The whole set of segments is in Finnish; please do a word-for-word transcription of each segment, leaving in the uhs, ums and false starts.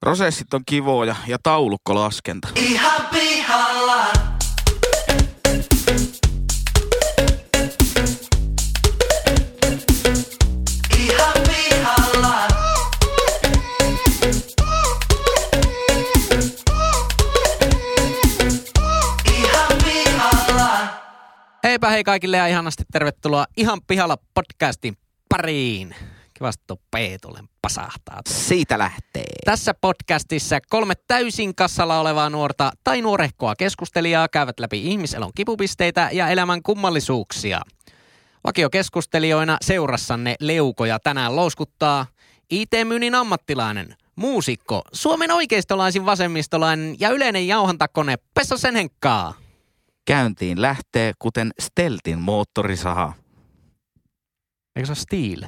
Prosessit on kivoja ja taulukkolaskenta. Ihan pihalla. Ihan pihalla. Ihan pihalla. Heipä hei kaikille ja ihanasti tervetuloa Ihan pihalla podcastin pariin. Kivasti tuo Peetulle pasahtaa. Siitä lähtee. Tässä podcastissa kolme täysin kassalla olevaa nuorta tai nuorehkoa keskustelijaa käyvät läpi ihmiselon kipupisteitä ja elämän kummallisuuksia. Vakiokeskustelijoina seurassanne leukoja tänään louskuttaa I T-myynnin ammattilainen, muusikko, Suomen oikeistolaisin vasemmistolainen ja yleinen jauhantakone Pessosen Henkkaa. Käyntiin lähtee kuten Steltin moottorisaha. Eikö se ole Steel?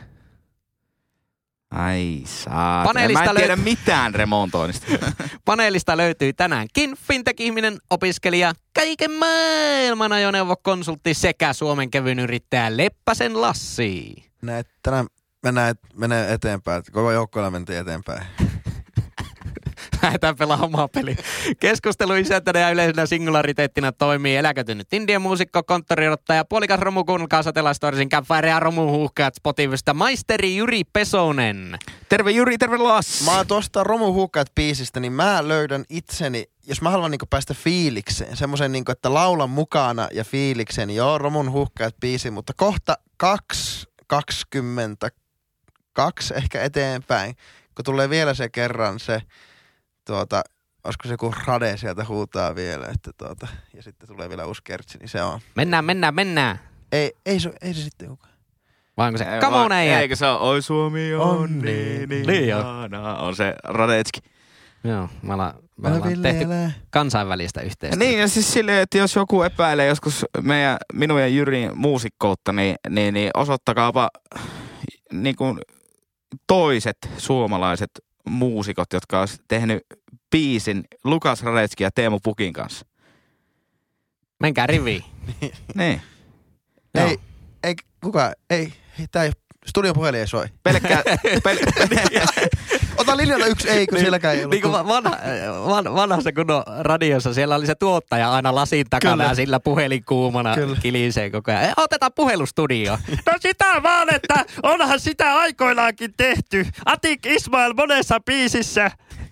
Ai saatana. Paneelista Mä en tiedä löyt- mitään remontoinnista. Paneelista löytyy tänäänkin fintech-ihminen, opiskelija, kaiken maailman ajoneuvokonsultti sekä Suomen kevyn yrittäjä Leppäsen Lassi. Näet, tänään mennään menee eteenpäin. Koko joukkoilla mentiin eteenpäin. Lähdetään pelaamaan omaa peliä. Keskustelu isäntänä ja yleisenä singulariteettina toimii eläkötynyt indian muusikko, konttoriodottaja, puolikas romukuunnelkaa satellaistorisin Campfire ja romuhuuhkaat Spotifysta maisteri Jyri Pesonen. Terve Jyri, terve Lassi. Mä oon tuosta Romuhuhkaat biisistä, niin mä löydän itseni, jos mä haluan niinku päästä fiilikseen, semmoisen niinku, että laulan mukana ja fiilikseen, niin joo, Romun huhkaat biisi, mutta kohta kaksi, kaksikymmentä, kaksi ehkä eteenpäin, kun tulee vielä se kerran se, tuota, olisiko se joku rade sieltä huutaa vielä, että tuota, ja sitten tulee vielä uusi kertsi, niin se on. Mennään, mennään, mennään. Ei, ei, se, ei se sitten kukaan. Vai onko se? Come on, ei. Eikö se ole? Oi Suomi on, On niin, niin. niin Niin on. ihanaa. On se Radetski. Joo, me ollaan, me ollaan tehty kansainvälistä yhteistyötä. Niin ja siis silleen, että jos joku epäilee joskus meidän, minun ja Jyrin muusikkoutta, niin, niin, niin osoittakaapa niin kuin toiset suomalaiset muusikot, jotka on tehnyt biisin Lukas Radetski ja Teemu Pukin kanssa. Menkää riviin. Niin. Joo. Ei, ei, kuka, ei, ei, tää ei, studion puhelin ei soi. Pelkkää, pel, Ota linjalla yksi ei, kun sielläkään ei ollut. Niin kuin vanha, van, vanhassa kunnon radiossa, siellä oli se tuottaja aina lasin takana Kyllä. ja sillä puhelin kuumana Kyllä. kilisee koko ajan. Otetaan puhelustudio. No sitä vaan, että onhan sitä aikoinaankin tehty. Atik Ismail monessa biisissä.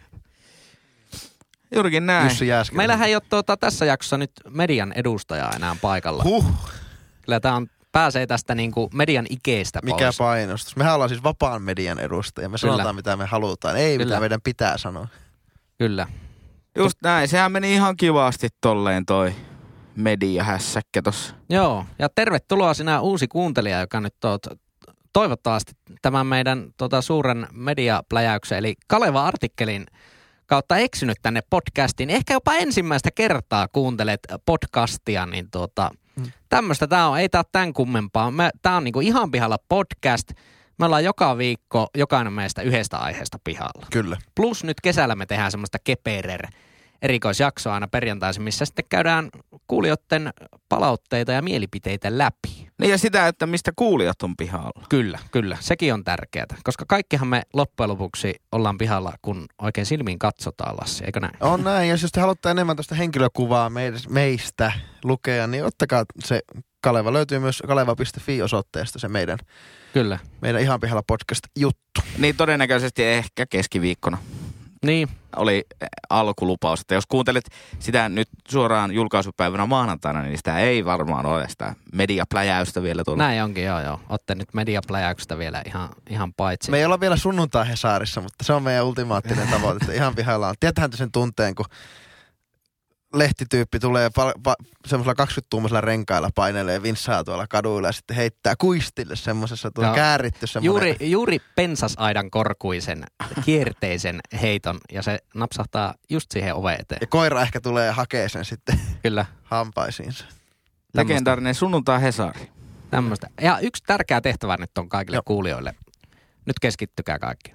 juurikin näin. Jussi Jääskeläinen. Meillähän ei ole tuota, tässä jaksossa nyt median edustajaa enää paikalla. Huh, Kyllä tämä on, pääsee tästä niinku median ikeestä mikä pois. painostus. Mehän ollaan siis vapaan median edustajia. Me Kyllä. sanotaan, mitä me halutaan. Ei, Kyllä. mitä meidän pitää sanoa. Kyllä. Just näin. Sehän meni ihan kivasti tolleen toi mediahässäkkä tossa. Joo, ja tervetuloa sinä uusi kuuntelija, joka nyt oot toivottavasti tämän meidän tota, suuren mediapläjäyksen, eli Kaleva-artikkelin kautta eksynyt tänne podcastiin. Ehkä jopa ensimmäistä kertaa kuuntelet podcastia, niin tuota, mm. tämmöistä tää on, ei tää ole tämän kummempaa. Me, tää on niinku Ihan pihalla podcast. Me ollaan joka viikko, jokainen meistä yhdestä aiheesta pihalla. Kyllä. Plus nyt kesällä me tehdään semmoista keperer erikoisjaksoa aina perjantaisin, missä sitten käydään kuulijoiden palautteita ja mielipiteitä läpi. Niin ja sitä, että mistä kuulijat on pihalla. Kyllä, kyllä. Sekin on tärkeää, koska kaikkihan me loppujen lopuksi ollaan pihalla, kun oikein silmiin katsotaan, Lassi, eikö näin? On näin. Ja jos te haluatte enemmän tuosta henkilökuvaa meistä lukea, niin ottakaa se Kaleva. Löytyy myös kaleva piste fi osoitteesta se meidän, Kyllä. meidän Ihan pihalla podcast juttu. Niin todennäköisesti ehkä keskiviikkona Niin, oli alkulupaus, että jos kuuntelet sitä nyt suoraan julkaisupäivänä maanantaina, niin sitä ei varmaan ole sitä mediapläjäystä vielä tullut. näin onkin, joo joo. Otte nyt mediapläjäyksestä vielä ihan, ihan paitsi. Me ei olla vielä sunnuntai Hesarissa, mutta se on meidän ultimaattinen tavoite, että Ihan pihalla on. Tietähän te sen tunteen, kun lehtityyppi tulee pal- pa- semmoisella kaksikymmentä-tuumaisella renkailla painelee vinssaa tuolla kaduilla ja sitten heittää kuistille semmoisessa tuo Joo. kääritty semmoinen. Juuri, juuri pensasaidan korkuisen kierteisen heiton ja se napsahtaa just siihen oveen eteen. Ja koira ehkä tulee ja hakee sen sitten Kyllä, hampaisiinsa. Legendaarinen sunnuntai Hesari. tämmöistä. Ja yksi tärkeä tehtävä nyt on kaikille Joo. kuulijoille. Nyt keskittykää kaikki.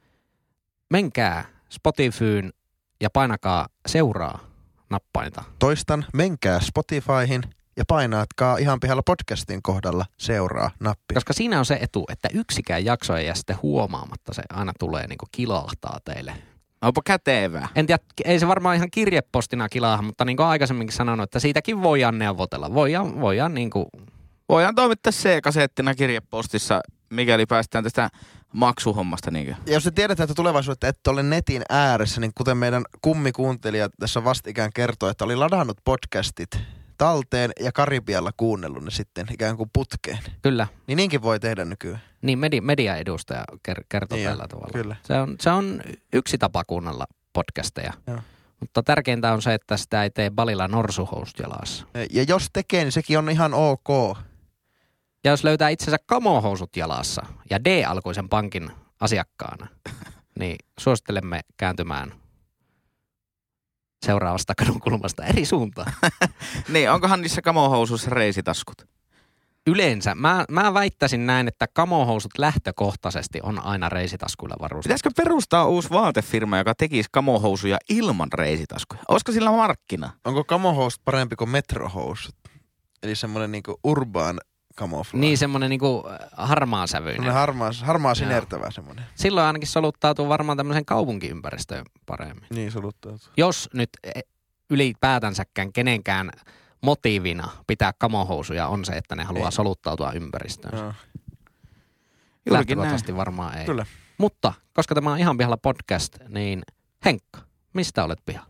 Menkää Spotifyyn ja painakaa seuraa nappainta. Toistan, menkää Spotifyhin ja painaatkaa Ihan pihalla podcastin kohdalla seuraa nappi. Koska siinä on se etu, että yksikään jakso ei jää sitten huomaamatta. Se aina tulee niin kuin kilahtaa teille Onpa kätevää. En tiedä, ei se varmaan ihan kirjepostina kilaaha, mutta niin kuin aikaisemminkin sanonut, että siitäkin voidaan neuvotella. Voidaan, voidaan niin kuin... Voidaan toimittaa C-kasettina kirjepostissa, mikäli päästään tästä maksuhommasta. Niin Ja jos te tiedetään, että tulevaisuudessa ette ole netin ääressä, niin kuten meidän kummikuuntelija tässä vastikään kertoi, että oli ladannut podcastit talteen ja Karibialla kuunnellut ne sitten ikään kuin putkeen. Kyllä. Niin niinkin voi tehdä nykyään. Niin media, mediaedustaja ker- kertoo Niin tällä on, tavalla. kyllä. Se on, se on yksi tapa kuunnella podcasteja. Joo. Mutta tärkeintä on se, että sitä ei tee balilla norsuhousut jalassa. Ja jos tekee, niin sekin on ihan ok. Ja jos löytää itsensä kamohousut jalassa ja D-alkuisen pankin asiakkaana, niin suosittelemme kääntymään seuraavasta kadunkulmasta eri suuntaan. Niin, onkohan niissä kamohousuissa reisitaskut? Yleensä. Mä, mä väittäisin näin, että kamohousut lähtökohtaisesti on aina reisitaskuilla varustettu. Pitäisikö perustaa uusi vaatefirma, joka tekisi kamohousuja ilman reisitaskuja? Olisiko sillä markkina? Onko kamohousut parempi kuin metrohousut? Eli semmoinen niinku urbaan camouflage. Niin, semmoinen niinku harmaan sävyinen. Semmoinen harmaa, harmaa sinertävä semmoinen. Silloin ainakin soluttautuu varmaan tämmöisen kaupunkiympäristöön paremmin. Niin soluttautuu. Jos nyt ylipäätänsäkään kenenkään motiivina pitää kamohousuja on se, että ne haluaa Ei. soluttautua ympäristöön. Joo. Juurikin näin. Lähtökohtaisesti varmaan ei. Kyllä. Mutta koska tämä on Ihan pihalla podcast, niin Henkka, mistä olet pihalla?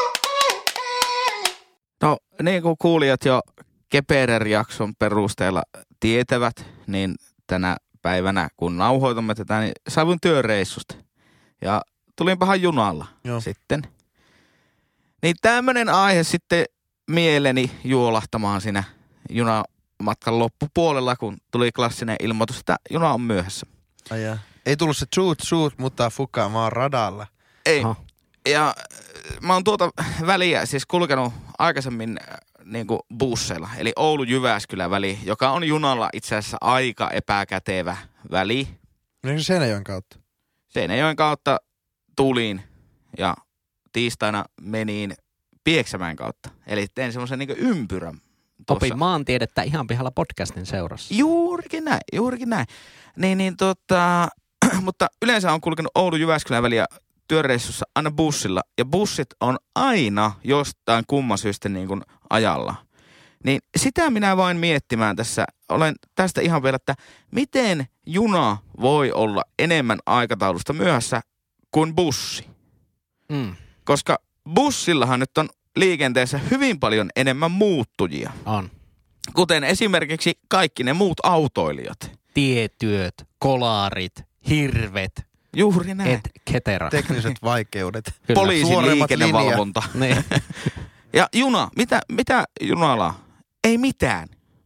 No, niin kuin kuulijat jo Keperer-jakson perusteella tietävät, niin tänä päivänä, kun nauhoitamme tätä, niin saavuin työreissusta. Ja tulinpahan junalla Joo. sitten. Niin tämmönen aihe sitten mieleni juolahtamaan siinä junamatkan loppupuolella, kun tuli klassinen ilmoitus, että juna on myöhässä. Ai jaa. Ei tullut se shoot shoot, mutta fuka, mä oon radalla. Ei. Aha. Ja äh, mä oon tuota väliä siis kulkenut aikaisemmin äh, niin kuin busseilla, eli Oulu-Jyväskylä väli, joka on junalla itse asiassa aika epäkätevä väli. Menikö se Seinäjoen kautta? Seinäjoen kautta tulin ja tiistaina menin Pieksämäen kautta. Eli tein semmoisen niin kuin ympyrän tuossa. Opin maantiedettä Ihan pihalla podcastin seurassa. Juurikin näin, juurikin näin. Niin, niin tota, mutta yleensä on kulkenut Oulu-Jyväskylän väliä työreissussa aina bussilla. Ja bussit on aina jostain kumman syystä niin kuin ajalla. Niin sitä minä vain miettimään tässä. Olen tästä ihan vielä, että miten juna voi olla enemmän aikataulusta myöhässä kuin bussi. Mm, Koska bussillahan nyt on liikenteessä hyvin paljon enemmän muuttujia. on. Kuten esimerkiksi kaikki ne muut autoilijat. Tietyöt, kolarit, hirvet, Juuri näin. et cetera. Tekniset vaikeudet. Kyllä. Poliisin Suoremmat liikennevalvonta. Niin. Ja juna, mitä, mitä junalla? Ei mitään.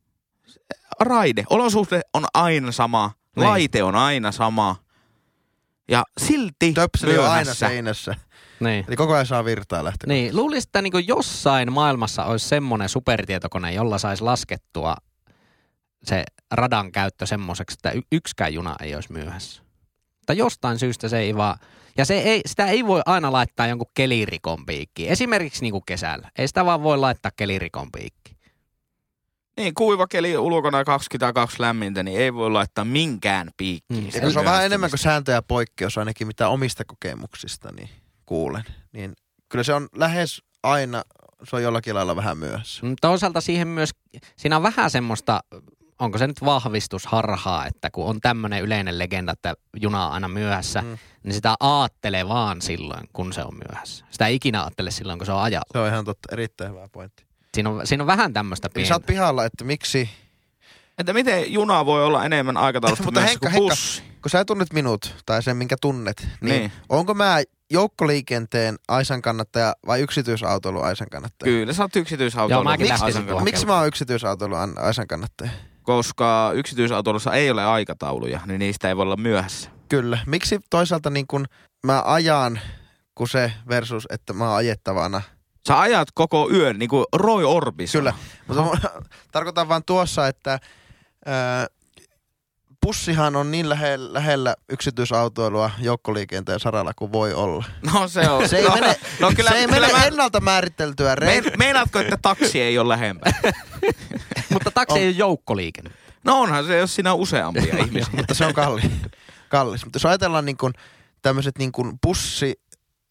Raide, olosuhde on aina sama, Niin. laite on aina sama. Ja silti Töpseli on aina myöhässä. seinässä. niin. Eli koko ajan saa virtaa lähteä. Niin, luulisin, että niin jossain maailmassa olisi semmoinen supertietokone, jolla saisi laskettua se radan käyttö semmoiseksi, että y- yksikään juna ei olisi myöhässä. Tai jostain syystä se ei vaan... Ja se ei, sitä ei voi aina laittaa jonkun kelirikon piikkiin. Esimerkiksi niin kuin kesällä. Ei sitä vaan voi laittaa kelirikon piikkiin. Niin, kuiva keli ulkona kaksikymmentäkaksi lämmintä, niin ei voi laittaa minkään piikkiin. Mm. sitä Eikö se on vähän myöhästymistä. enemmän kuin sääntö ja poikkeus, ainakin mitä omista kokemuksista niin kuulen. Niin kyllä se on lähes aina, se on jollakin lailla vähän myöhässä. Mm, Toisaalta siihen myös, siinä on vähän semmoista, onko se nyt vahvistusharhaa, että kun on tämmöinen yleinen legenda, että juna on aina myöhässä, Mm. niin sitä aattelee vaan silloin, kun se on myöhässä. Sitä ei ikinä aattele silloin, kun se on ajalla. Se on ihan totta, erittäin hyvä pointti. Siinä on, siinä on vähän tämmöistä Niin pientä. sä oot pihalla, että miksi, Että miten juna voi olla enemmän aikataulusta Mutta myöhässä Henkka, kuin Henkka, bussi? kun sä tunnet minut, tai sen minkä tunnet, niin, Niin. niin. onko mä joukkoliikenteen Aisan kannattaja vai yksityisautoilun Aisan kannattaja? Kyllä, sä oot Joo, yksityisautoilu. mäkin Aisan lähtisin kanssa. Miksi mä oon yksityisautoilun Aisan kannattaja? Koska yksityisautoilussa ei ole aikatauluja, niin niistä ei voi olla myöhässä. Kyllä. Miksi toisaalta niin kun mä ajan, kun se versus, että mä oon ajettavana? Sä ajat koko yön, niin kuin Roy Orbison. Kyllä. Mutta tarkoitan vaan tuossa, että ää, bussihan on niin lähellä, lähellä yksityisautoilua joukkoliikenteen saralla kuin voi olla. No se on. Se ei no, mene, no, kyllä, se ei kyllä mene mä, ennalta määriteltyä me, reittiä. meinaatko, että taksi ei ole lähempää? Mutta taksi ei ole joukkoliikenne. No onhan se, jos siinä on useampia ihmisiä. Mutta se on kallis. kallis. Mutta jos ajatellaan niin kuin tämmöiset niin kuin bussi,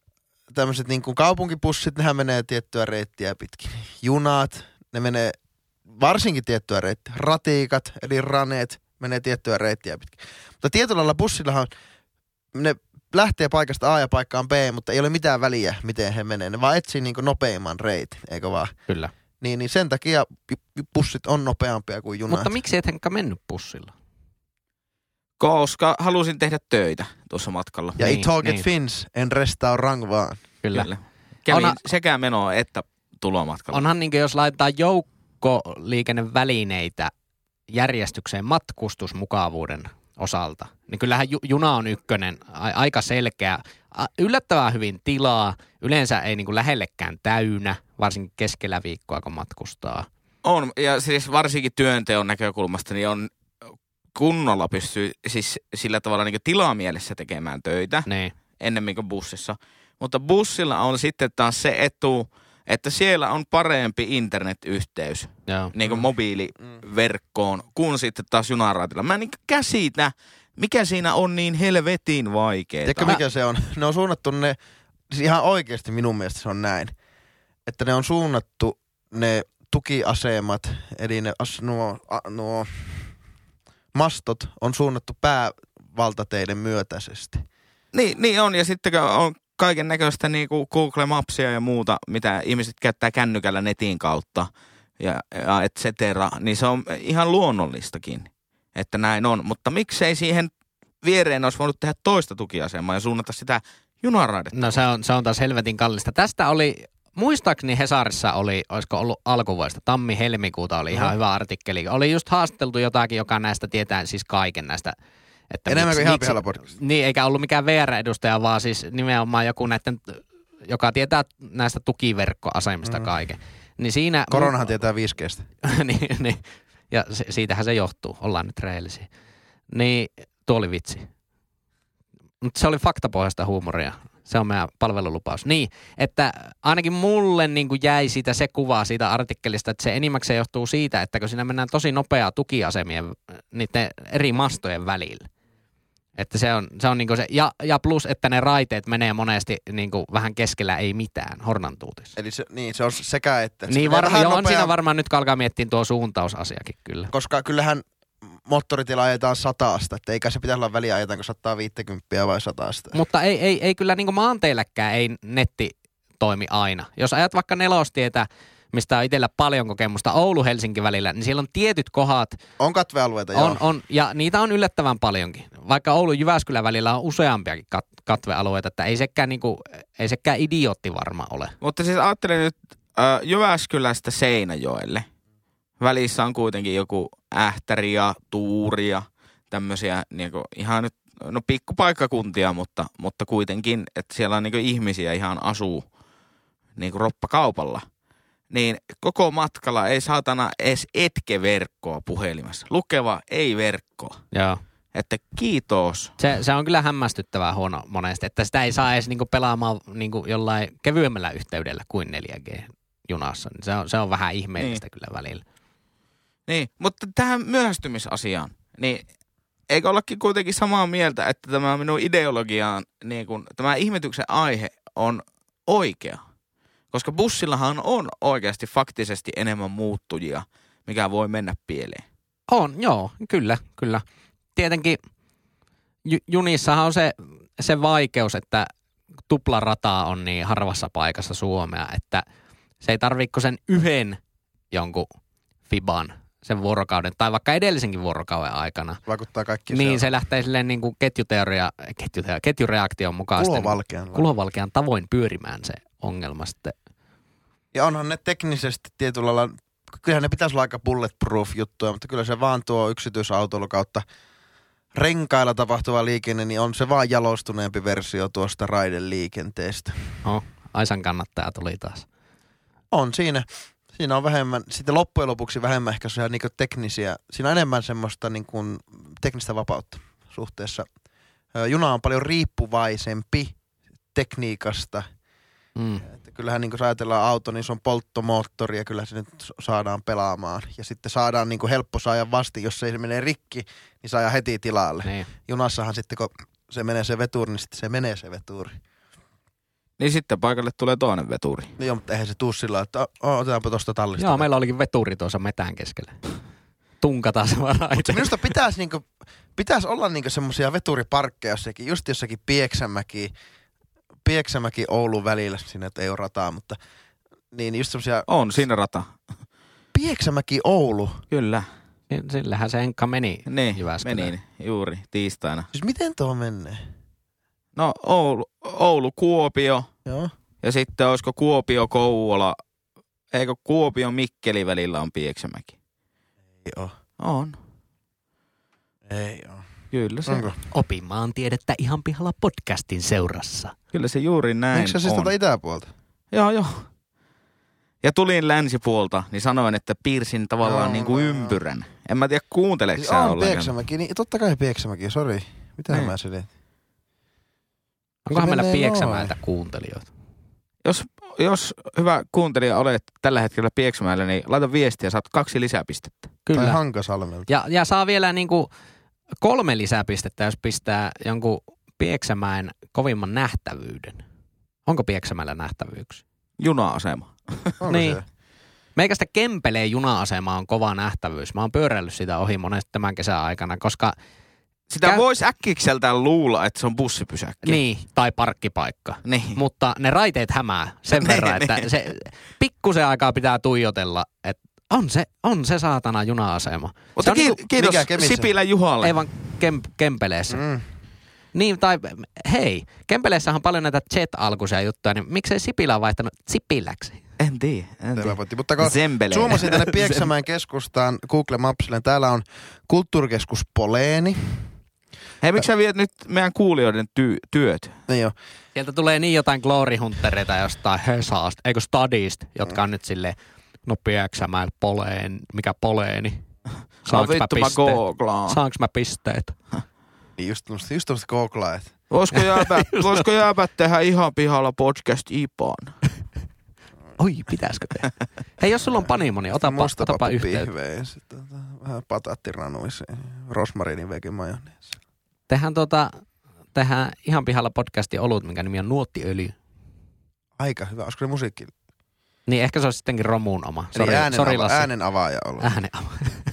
tämmöiset niin kuin kaupunkipussit, nehän menee tiettyä reittiä pitkin. Junat, ne menee varsinkin tiettyä reittiä. Ratiikat, eli raneet, menee tiettyä reittiä pitkin. Mutta tietyllä lailla bussillahan ne lähtee paikasta A ja paikkaan B, mutta ei ole mitään väliä, miten he menee. Ne vaan etsii niin kuin nopeimman reitin, eikö vaan? Kyllä. Niin, niin sen takia bussit on nopeampia kuin junat. Mutta miksi et henkä mennyt bussilla? Koska halusin tehdä töitä tuossa matkalla. Ja Niin, i taget niin. finns en restaurang vaan. Kyllä. Kyllä. Kävin Onhan- sekä menoa että tulomatkalla. Onhan niin kuin, jos laitetaan joukkoliikennevälineitä järjestykseen matkustusmukavuuden osalta, niin kyllähän ju- juna on ykkönen, a- aika selkeä, a- yllättävän hyvin tilaa, yleensä ei niin kuin lähellekään täynnä, varsinkin keskellä viikkoa, kun matkustaa. On, ja siis varsinkin työnteon näkökulmasta, niin on kunnolla pystyy siis sillä tavalla niin tilamielessä tekemään töitä Niin. ennemmin kuin bussissa. Mutta bussilla on sitten taas se etu, että siellä on parempi internetyhteys Joo. niin kuin mobiiliverkkoon kuin sitten taas junaraitilla. Mä en niin käsitä, mikä siinä on niin helvetin vaikeaa. Tiedätkö mikä se on? Ne on suunnattu ne, siis ihan oikeasti minun mielestä se on näin, että ne on suunnattu ne tukiasemat, eli ne as, nuo, a, nuo mastot on suunnattu päävaltateiden myötäisesti. Niin, niin on, ja sitten kun on kaiken näköistä niin kuin Google Mapsia ja muuta, mitä ihmiset käyttää kännykällä netin kautta ja, ja et cetera, niin se on ihan luonnollistakin, että näin on. Mutta miksei siihen viereen olisi voinut tehdä toista tukiasemaa ja suunnata sitä junaraidetta? No se on, se on taas helvetin kallista. Tästä oli, muistaakseni Hesarissa oli, olisiko ollut alkuvuodesta, tammi-helmikuuta oli ihan Aha. hyvä artikkeli. Oli just haastateltu jotakin, joka näistä tietää siis kaiken näistä. Että Enemmän miksi- kuin ihan miksi- pihalla podcast. Niin, eikä ollut mikään V R-edustaja, vaan siis nimenomaan joku näiden, joka tietää näistä tukiverkkoasemista Mm. kaiken. Niin siinä... Koronahan tietää viisi G:stä. niin, niin, ja se, siitähän se johtuu, ollaan nyt rehellisiä. Niin, tuo oli vitsi. Mutta se oli faktapohjaista huumoria. Se on meidän palvelulupaus. Niin, että ainakin mulle niin kuin jäi siitä se kuva siitä artikkelista, että se enimmäkseen johtuu siitä, että kun siinä mennään tosi nopeaa tukiasemien, niiden eri mastojen välillä. Että se on, se on niin kuin se, ja, ja plus, että ne raiteet menee monesti niin kuin vähän keskellä ei mitään, hornantuutissa. Eli se, niin, se on sekä että. Se Niin menee varmaan, vähän joo, on nopea- siinä varmaan nyt kun alkaa miettiä tuo suuntausasiakin kyllä. Koska kyllähän moottoritila ajetaan sataasta, että eikä se pitäisi olla väliä ajetaanko sata viisikymmentä vai satasta. Mutta ei, ei, ei kyllä niin kuin maanteilläkään ei netti toimi aina. Jos ajat vaikka nelostietä, mistä on itsellä paljon kokemusta Oulu-Helsinki välillä, niin siellä on tietyt kohdat, On katvealueita, on, joo. on, ja niitä on yllättävän paljonkin. Vaikka Oulu-Jyväskylän välillä on useampiakin kat- katvealueita, että ei sekään, niin kuin, ei sekään idiootti varma ole. Mutta siis ajattelen nyt äh, Jyväskylästä Seinäjoelle. Välissä on kuitenkin joku Ähtäri ja Tuuri ja tämmöisiä niin kuin ihan nyt, no pikkupaikkakuntia, mutta, mutta kuitenkin, että siellä on niin kuin ihmisiä ihan asuu niin kuin roppakaupalla. Niin koko matkalla ei saatana edes etke-verkkoa puhelimessa. Lukeva ei verkkoa. Joo. Että kiitos. Se, se on kyllä hämmästyttävää huono monesti, että sitä ei saa edes niinku pelaamaan niinku jollain kevyemmällä yhteydellä kuin neljä G-junassa. Se on, se on vähän ihmeellistä niin. kyllä välillä. Niin, mutta tähän myöhästymisasiaan, niin eikö ollakin kuitenkin samaa mieltä, että tämä minun ideologiaan, niin kun, tämä ihmetyksen aihe on oikea? Koska bussillahan on oikeasti faktisesti enemmän muuttujia, mikä voi mennä pieleen. On, joo, kyllä, kyllä. Tietenkin ju- junissahan on se, se vaikeus, että tuplarataa on niin harvassa paikassa Suomea, että se ei tarvitse sen yhden jonkun fiban sen vuorokauden, tai vaikka edellisenkin vuorokauden aikana. Vaikuttaa kaikki Niin se lähtee silleen niin kuin ketjuteoria, ketjuteoria, ketjureaktion mukaan sitten kulovalkean. kulovalkean tavoin pyörimään se ongelma sitten. Ja onhan ne teknisesti tietyllä lailla, kyllähän ne pitäisi olla aika bulletproof juttuja, mutta kyllä se vaan tuo yksityisautoilu kautta renkailla tapahtuva liikenne, niin on se vaan jalostuneempi versio tuosta raideliikenteestä. No, Aisan kannattaja tuli taas. On siinä. Siinä on vähemmän, sitten loppujen lopuksi vähemmän ehkä se niin teknisiä, siinä on enemmän semmoista niin kuin teknistä vapautta suhteessa. Juna on paljon riippuvaisempi tekniikasta. Mm. Että kyllähän niin kuin ajatellaan auto, niin se on polttomoottori ja kyllä se nyt saadaan pelaamaan. Ja sitten saadaan niin kuin helppo saada vasti, jos se menee rikki, niin saa heti tilalle. Niin. Junassahan sitten kun se menee se veturi, niin sitten se menee se veturi. Niin sitten paikalle tulee toinen veturi. Niin joo, mutta eihän se tuu sillä, että o, otetaanpa tuosta tallista. Joo, meillä olikin veturi tuossa metään keskellä. Tunkataan se vaan raite. Minusta pitäisi niinku, pitäis olla niinku semmosia veturiparkkeja jossakin, just jossakin Pieksämäki, Pieksämäki Oulun välillä, siinä ei ole rataa, mutta niin just semmosia... On siinä rata. Pieksämäki Oulu. Kyllä. Niin, sillähän se Enkka meni Niin, Jyväskylään. meni juuri tiistaina. Siis miten tuo menee? No Oulu, Oulu Kuopio Joo. ja sitten olisiko Kuopio Kouvola, eikö Kuopio Mikkeli välillä on Pieksämäki? Ei oo. On. Ei oo. Kyllä se, Onko? Opi maantiedettä ihan pihalla podcastin seurassa. kyllä se juuri näin Eikö sä siis on. tuolta itäpuolta? Joo, joo. Ja tulin länsipuolta, niin sanoin, että piirsin tavallaan Joo, niin kuin joo. ympyrän. En mä tiedä, kuunteleeko Siis sä on ollenkaan. Pieksämäki, niin totta kai Pieksämäki, sori. Mitä Niin. mä selitin? Onkohan Se meillä menee Pieksämäeltä kuuntelijoita? Jos, jos hyvä kuuntelija olet tällä hetkellä Pieksämäellä, niin laita viestiä, saat kaksi lisäpistettä. Tai Kyllä. Hankasalmelta. Ja, ja saa vielä niinku kolme lisäpistettä, jos pistää jonkun Pieksämäen kovimman nähtävyyden. Onko Pieksämäellä nähtävyyksi? Juna-asema. Onko Niin. se? Meikästä Kempeleen juna-asema on kova nähtävyys. Mä oon pyöräillyt sitä ohi monesti tämän kesän aikana, koska... Sitä Käy- voisi äkkikseltään luulla, että se on bussipysäkki. Niin, tai parkkipaikka. Niin. Mutta ne raiteet hämää sen verran, että se pikkusen aikaa pitää tuijotella, että on se, on se saatana juna-asema. Mutta Se on ki- niinku- kiitos mikä Kemissä? Sipilän Juhalle. Ei vaan kem, Kempeleessä. Mm. Niin, tai hei, Kempeleessähän on paljon näitä jet-alkuisia juttuja, niin miksei Sipilä on vaihtanut Sipiläksi? En tiedä, en Selvä tiedä. pointti. Mutta kun Zembele. zoomasin tänne Pieksämäen keskustaan Google Mapsille, täällä on kulttuurikeskus Poleeni. Hei, miksi sä viet nyt meidän kuulijoiden ty- työt? Niin jo. Sieltä tulee niin jotain glory huntereita jostain Hesaasta, eikö Stadista, jotka on nyt silleen, no Pieksämäellä Poleen, mikä Poleeni? Saanko No mä vittu, mä pisteet? googlaan. Saanko mä pisteet? Niin just tämmöistä, just tämmöistä googlaa, että Voisiko jääpät, voisiko jääpät tehdä ihan pihalla podcast Ipaan? Oi, pitäisikö tehdä? Hei, jos sulla on panimo, niin otapa, otapa yhteyttä. pihveen, sitten tota, vähän patattiranuisiin, rosmariinin vekin majoneesi. Tehdään, tota, tehdään ihan pihalla podcastin olut, minkä nimi on Nuottiöljy. Aika hyvä. Olisiko se musiikki? Niin ehkä se olisi sittenkin Romuun oma. Eli Sori, äänen, sori ava, Lassi. äänen avaaja ollut. Äänen ava.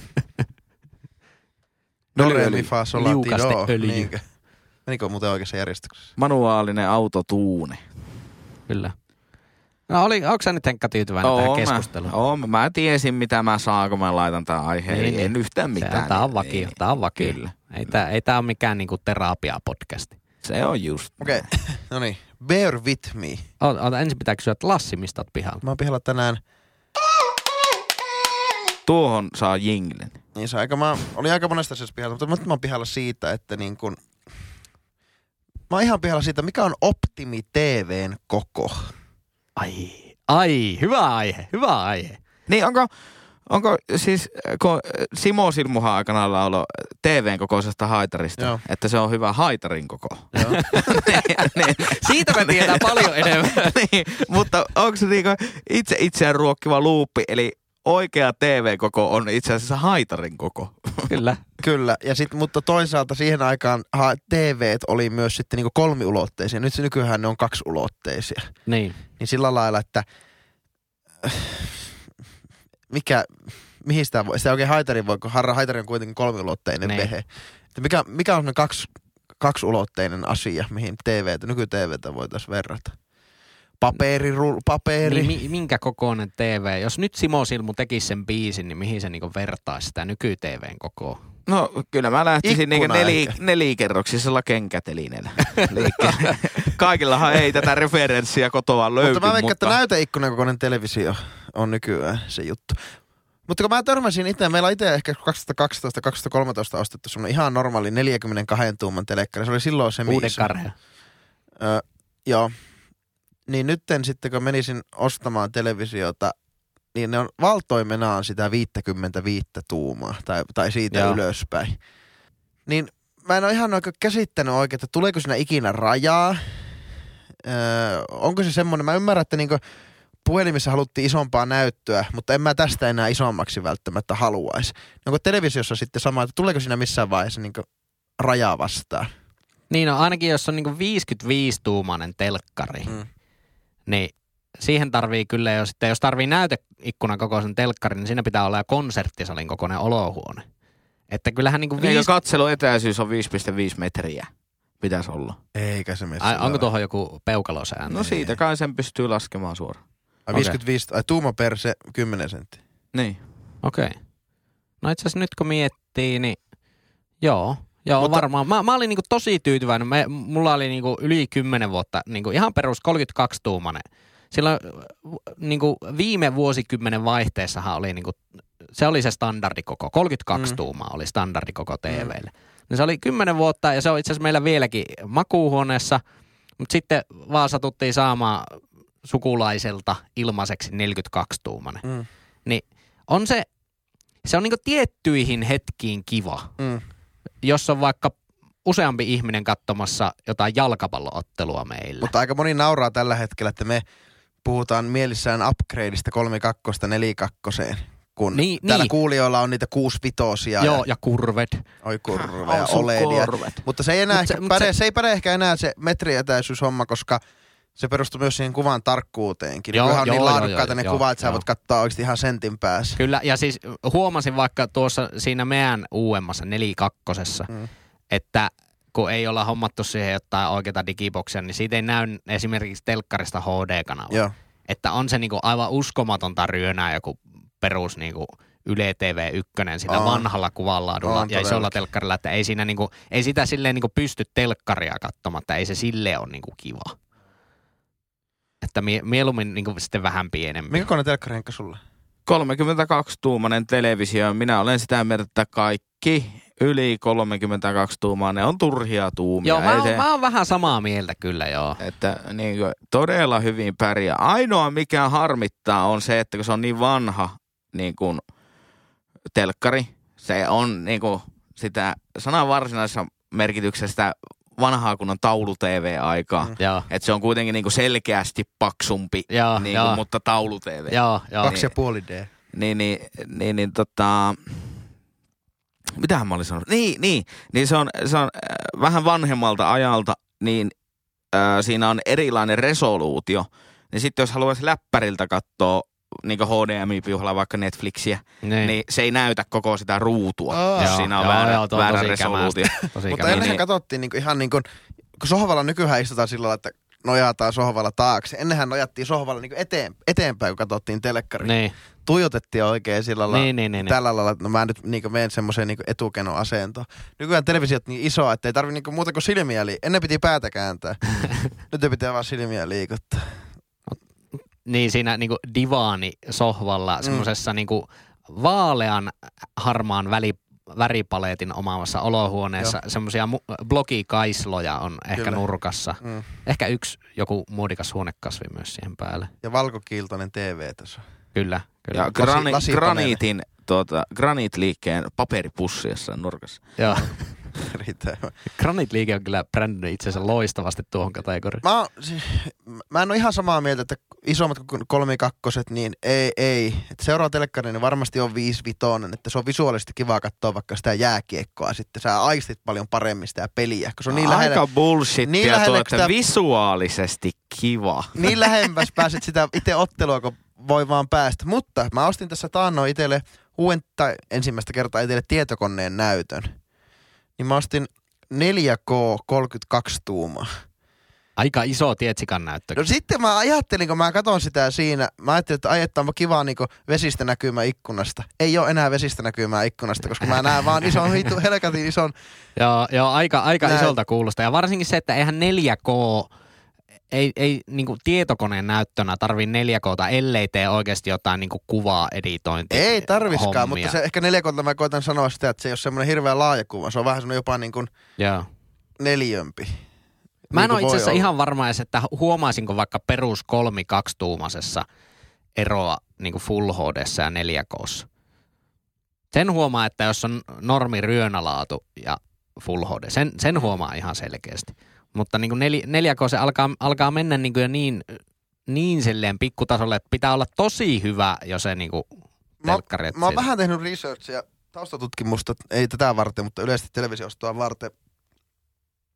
Do, re, Öljy. mi, fa, sol, la, ti, do. Liukasteöljy. Niinkö? Menikö muuten oikeassa järjestyksessä? Manuaalinen autotuune. Kyllä. No oli, onko sä nyt Henkka tyytyväinen tähän Oon keskusteluun? Mä, oon, mä tiesin mitä mä saan, kun mä laitan tämän aiheen. Niin, Ei, niin. en yhtään mitään. Tää on vakio, Niin. tää on vakio. Kyllä. Ei tää, ei tää ole mikään niinku terapia-podcasti. Se on just. Okei, okay. No niin. Bear with me. Oot, oot, ensin pitää kysyä, että Lassi, mistä oot pihalla? Mä oon pihalla tänään. Tuohon saa jinglen. Niin se aika, mä olin aika monesta asiasta pihalla, mutta nyt mä oon pihalla siitä, että niin kun... Mä oon ihan pihalla siitä, mikä on optimi T V:n koko. Ai, ai, hyvä aihe, hyvä aihe. Niin onko, onko siis, kun Simo Silmuhan aikanaan lauloi T V:n kokoisesta haitarista, Joo. että se on hyvä haitarin koko. Joo. niin, niin, Siitä me tiedetään paljon enemmän. niin, mutta onko se niinku itse itseään ruokkiva luuppi, eli oikea T V-koko on itse asiassa haitarin koko. Kyllä. Kyllä, ja sit, mutta toisaalta siihen aikaan ha, T V:t oli myös sitten niinku kolmiulotteisia. Nyt se nykyään ne on kaksiulotteisia. Niin. Niin sillä lailla, että mikä, mihin sitä voi, sitä oikein haitari voi, kun harra haitari on kuitenkin kolmiulotteinen Niin. vehe. Että mikä, mikä on semmoinen kaksi, kaksiulotteinen asia, mihin T V:tä, nyky-T V:tä voitaisiin verrata? Paperi, paperi. Niin, mi- minkä kokoinen T V? Jos nyt Simo Silmu tekisi sen biisin, niin mihin se niinku vertaisi sitä nyky-T V:n kokoa? No kyllä mä lähtisin niinku Ikkuna neli, ehkä. nelikerroksisella kenkätelineellä liikkeelle. Kaikillahan ei tätä referenssiä kotoa löydy. Mutta mä veikkaan, että mutta näyteikkunan kokoinen televisio on nykyään se juttu. Mutta kun mä törmäsin itse, meillä on itse ehkä kaksituhattakaksitoista kaksituhattakolmetoista ostettu semmoinen ihan normaali neljäkymmentäkaksi tuuman telekkari. Se oli silloin se Uuden karhea. Öö, joo. Niin nytten sitten kun menisin ostamaan televisiota, niin ne on valtoimenaan sitä viisikymmentäviisi tuumaa tai, tai siitä Joo. ylöspäin. Niin mä en ole ihan oikein käsittänyt oikein, että tuleeko siinä ikinä rajaa. Öö, onko se semmoinen, mä ymmärrän, että niinku puhelimissa haluttiin isompaa näyttöä, mutta en mä tästä enää isommaksi välttämättä haluaisi. Onko televisiossa sitten sama, että tuleeko siinä missään vaiheessa niinku rajaa vastaan? Niin no, ainakin jos on niinku viisikymmentäviisi tuumainen telkkari, Mm. niin siihen tarvii kyllä jo sitten, jos tarvii näyteikkunan kokoisen telkkarin, niin siinä pitää olla jo konserttisalin kokoinen olohuone. Että kyllähän niinku Eikö viisi... katseluetäisyys on viisi pilkku viisi metriä? Pitäisi olla. Eikä se mene. Ai, onko tuohon joku peukalosääntö? No siitä kai sen pystyy laskemaan suoraan. Ai viisikymmentäviisi, ai tuuma per se kymmenen senttiä. Niin. Okei. Okay. No itse asiassa nyt kun miettii, niin joo. Joo, Mutta- varmaan. Mä, mä olin niinku tosi tyytyväinen. Mä, mulla oli niinku yli kymmenen vuotta, niinku ihan perus kolmekymmentäkaksi tuumainen. Silloin niinku viime vuosikymmenen vaihteessahan oli niinku, se oli se standardikoko. kolmekymmentäkaksi Mm. tuumaa oli standardikoko T V:lle. No se oli kymmenen vuotta ja se on itse asiassa meillä vieläkin makuuhuoneessa, mutta sitten vaan satuttiin saamaan sukulaiselta ilmaiseksi neljäkymmentäkaksi tuumainen. Mm. Niin on se, se on niinku tiettyihin hetkiin kiva, Mm. jos on vaikka useampi ihminen katsomassa jotain jalkapalloottelua meillä. Mutta aika moni nauraa tällä hetkellä, että me puhutaan mielissään upgradeista kolmekakkosta nelikkakkoseen. Kun Niin, täällä niin. kuulijoilla on niitä kuusivitosia Joo, ja, ja kurvet. oi kurveja, On sun oledia. korvet. Mutta se ei enää Mut ehkä se- mut päde, se, se- ei päde ehkä enää se metrietäisyyshomma, koska se perustuu myös siihen kuvan tarkkuuteenkin. Joo, Joo, on joo, niin joo, laadukkaita joo, ne joo, kuvat, että sä joo. voit katsoa oikeasti ihan sentin päässä. Kyllä, ja siis huomasin vaikka tuossa siinä meidän uudemmassa nelikakkosessa, Mm. että kun ei olla hommattu siihen jotain oikeita digiboksia, niin siitä ei näy esimerkiksi telkkarista H D-kanava. Joo. Että on se niinku aivan uskomatonta ryönää joku perus niinku Yle T V yksi sillä On. vanhalla kuvanlaadulla On ja isolla todellakin. telkkarilla, että ei siinä niinku, ei sitä silleen niinku pysty telkkaria katsomatta, ei se silleen ole niinku kiva. Että mie- mieluummin niinku sitten vähän pienempi. Minkä koinen telkkari, Henkka, sulle? kolmekymmentäkaksi tuumainen televisio. Minä olen sitä mieltä, että kaikki yli kolmekymmentäkaksi tuumaa, ne on turhia tuumia. Joo, mä Ei oon, se- mä oon vähän samaa mieltä kyllä, joo. Että niin kuin, todella hyvin pärjää. Ainoa mikä harmittaa on se, että kun se on niin vanha niin kuin, telkkari, se on niin kuin, sitä sanan varsinaisessa merkityksessä vanhaa kunnon taulu-T V-aikaa. Mm. Joo, Että se on kuitenkin niin kuin selkeästi paksumpi, joo, niin joo, kuin, mutta taulu-T V. joo, joo. Kaksi ja puoli D. Niin, niin, niin, niin tota... Mitähän mä olin sanonut? Niin, niin. Niin se on, se on äh, vähän vanhemmalta ajalta, niin äh, siinä on erilainen resoluutio. Niin sitten jos haluaisi läppäriltä katsoa niin kuin H D M I-piuhalla vaikka Netflixiä, Niin. niin se ei näytä koko sitä ruutua, Aa. jos Joo, siinä on joo, väärä, joo, tuo on väärä tosi resoluutio. Tosi Mutta kämää. ennenhän niin. katsottiin niinku ihan niin kuin, kun sohvalla nykyään istutaan sillä lailla, että nojataan sohvalla taakse. Ennenhän nojattiin sohvalla niinku eteen, eteenpäin, kun katsottiin telekkaria. Niin, Tuijotettiin oikein sillä lailla. niin, niin, niin. Tällä lailla, että no mä nyt niinku menen semmoiseen niinku etukenoasentoon. Nykyään televisiot niin isoa, että ei tarvi niinku muuta kuin silmiä liikuttaa. Ennen piti päätä kääntää. Nyt ei pitää vaan silmiä liikuttaa. Niin siinä niinku divaanisohvalla, Mm. semmoisessa niinku vaalean harmaan väli, väripaleetin omaavassa olohuoneessa, semmoisia mu- blogikaisloja on ehkä Kyllä. nurkassa. Mm. Ehkä yksi joku muodikas huonekasvi myös siihen päälle. Ja valkokiiltoinen T V tässä. Kyllä, kyllä. Ja grani, lasipaneeli. graniitin, tuota, graniitliikkeen paperipussi jossain nurkassa. Joo. Riittää. Granit-liike on kyllä brändinyt itsensä loistavasti tuohon kategoriaan. Mä, oon, siis, mä en ole ihan samaa mieltä, että isommat kuin kolmikakkoset, niin ei, ei. Et seuraava telekkari niin varmasti on viisivitonen, että se on visuaalisesti kiva katsoa vaikka sitä jääkiekkoa sitten. Sä aistit paljon paremmin sitä peliä, kun se on niin Aika lähellä, bullshittia niin niin lähellä, tuo, että sitä- visuaalisesti kiva. niin lähempäs pääset sitä itse ottelua, kun voi vaan päästä. Mutta mä ostin tässä taannoin itselle uuden, tai ensimmäistä kertaa itselle tietokoneen näytön. Niin mä ostin neljä K kolmekymmentäkaksi tuumaa. Aika iso tietsikan näyttö. No sitten mä ajattelin, kun mä katson sitä siinä, mä ajattelin, että ai, että onpa kivaa niin vesistä näkymää ikkunasta. Ei ole enää vesistä näkymää ikkunasta, koska mä näen vaan ison hitu, helkatin ison. Joo, joo aika, aika Näin. isolta kuulostaa. Ja varsinkin se, että eihän neljä K, ei, ei niin tietokoneen näyttönä tarvii neljä K:ta, ellei tee oikeasti jotain niin kuvaa editointia. Ei tarviskaan, hommia. mutta se ehkä neljä K mä koitan sanoa sitä, että se ei ole semmoinen hirveän laaja kuva. Se on vähän semmoinen jopa niin kuin Joo. neliömpi. Mä en Niin ole kuin itse voi asiassa olla. ihan varma edes, että huomaisinko vaikka perus kolmi kaksituumaisessa eroa niin kuin Full H D:ssä ja neljä K:ssa. Sen huomaa, että jos on normi ryönälaatu ja Full H D, sen, sen huomaa ihan selkeästi. Mutta niin kuin nel, neljä K se alkaa, alkaa mennä niin kuin jo niin, niin silleen pikkutasolle, että pitää olla tosi hyvä jo se niin kuin Mä, telkkari. mä oon vähän tehnyt researchia, taustatutkimusta, ei tätä varten, mutta yleisesti televisiostoa varten.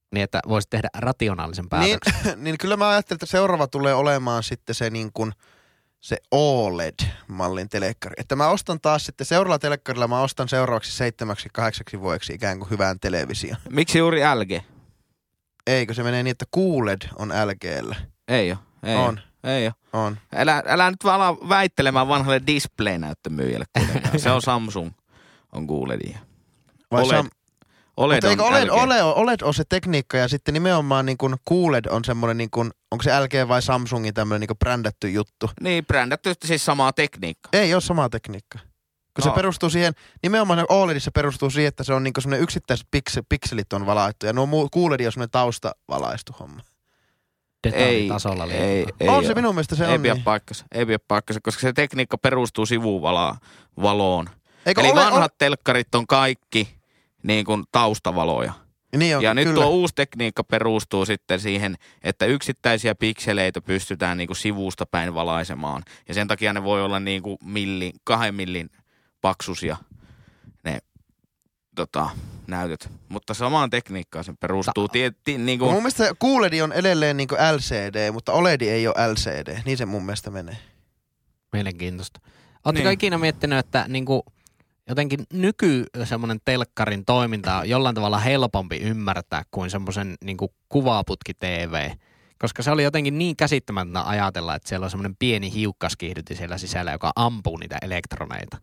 Niin, että voisi tehdä rationaalisen päätöksen. Niin, niin kyllä mä ajattelin, että seuraava tulee olemaan sitten se niin kuin se O L E D-mallin telekkari. Että mä ostan taas sitten seuraavalla telekkarilla, mä ostan seuraavaksi seitsemäksi, kahdeksaksi vuodeksi ikään kuin hyvään televisioon. Miksi juuri L G? Eikö se menee niin, että Q L E D on L G:llä? Ei oo. Ei On. oo. Ei oo. On. Älä, älä nyt vaan ala väittelemään vanhalle display-näyttömyyjälle kuitenkaan. Se on Samsung, on Q L E D. Vai O L E D. Sam- O L E D Mutta eikö on O L E D, L G. O L E D, O L E D on se tekniikka ja sitten nimenomaan niin kuin Q L E D on semmoinen, niin kuin, onko se L G vai Samsungin tämmöinen niin kuin brändätty juttu? Niin, brändätty siis samaa tekniikkaa. Ei ole samaa tekniikkaa. Kun no. se perustuu siihen, nimenomaan O L E D se perustuu siihen, että se on niin kuin semmoinen yksittäiset piksel, pikselit on valaittu ja nuo muu, Q L E D on semmoinen taustavalaistu homma. Detaljitasolla ei, liikkuu. ei, ei on oo. se minun mielestä se ei on pidä niin. paikkansa, ei pidä paikkansa, koska se tekniikka perustuu sivuvaloon. Eikö Eli ole, vanhat on... telkkarit on kaikki niin kuin taustavaloja. Niin on, ja nyt kyllä. tuo uusi tekniikka perustuu sitten siihen, että yksittäisiä pikseleitä pystytään niin kuin sivusta päin valaisemaan. Ja sen takia ne voi olla niin kuin millin, kahden millin paksuisia ne tota, näytöt. Mutta samaan tekniikkaan se perustuu. Tie, tie, niin kuin... Mun mielestä Q L E D on edelleen niin kuin L C D, mutta O L E D ei ole L C D. Niin se mun mielestä menee. Mielenkiintoista. Ootteko Niin. ikinä miettinyt, että niinku jotenkin nyky semmoinen telkkarin toiminta on jollain tavalla helpompi ymmärtää kuin semmoisen niinku kuvaputki-T V? Koska se oli jotenkin niin käsittämätöntä ajatella, että siellä on semmoinen pieni hiukkaskiihdyti siellä sisällä, joka ampuu niitä elektroneita.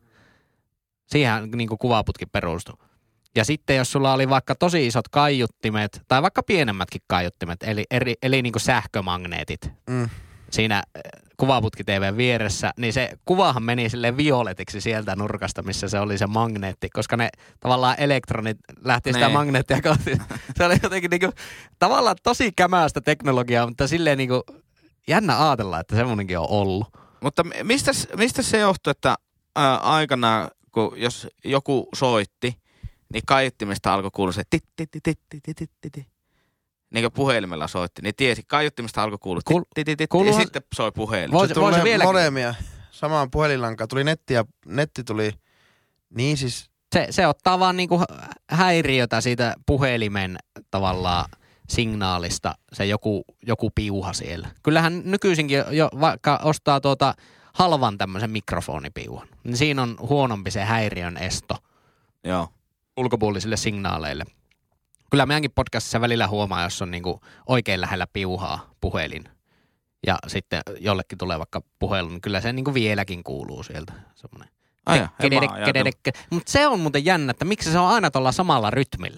Siihen niinku kuvaputki perustui. Ja sitten jos sulla oli vaikka tosi isot kaiuttimet, tai vaikka pienemmätkin kaiuttimet, eli, eli, eli niinku sähkömagneetit Mm. siinä kuvaputki-T V:n vieressä, niin se kuvahan meni silleen violetiksi sieltä nurkasta, missä se oli se magneetti, koska ne tavallaan elektronit lähti sitä Nee. magneettia kohti. Se oli jotenkin niinku tavallaan tosi kämästä teknologiaa, mutta silleen niinku jännä ajatella, että semmoinenkin on ollut. Mutta mistä, mistä se johtuu, että ää, aikanaan, kun jos joku soitti, niin kaiuttimesta alkoi kuulua se tit, tit, tit, tit, tit, tit, tit. Niin kuin puhelimella soitti, niin tiesi, kaiuttimesta alkoi kuulua Kuul- tit, tit, tit, kuuluuhan- ja sitten soi puhelin. Vois- Se tulee vieläkin. modemia samaan puhelinlankaan. Tuli netti ja netti tuli, niin siis, Se, se ottaa vaan niinku häiriötä siitä puhelimen tavallaan signaalista, se joku, joku piuha siellä. Kyllähän nykyisinkin jo vaikka ostaa tuota halvan tämmöisen mikrofonipiuhan, niin siinä on huonompi se häiriön esto Joo. ulkopuolisille signaaleille. Kyllä meidänkin podcastissa välillä huomaa, jos on niinku oikein lähellä piuhaa puhelin ja sitten jollekin tulee vaikka puhelu, niin kyllä se niinku vieläkin kuuluu sieltä semmoinen. Ai ja, en mä ajatellut. Mutta se on muuten jännä, että miksi se on aina tuolla samalla rytmillä.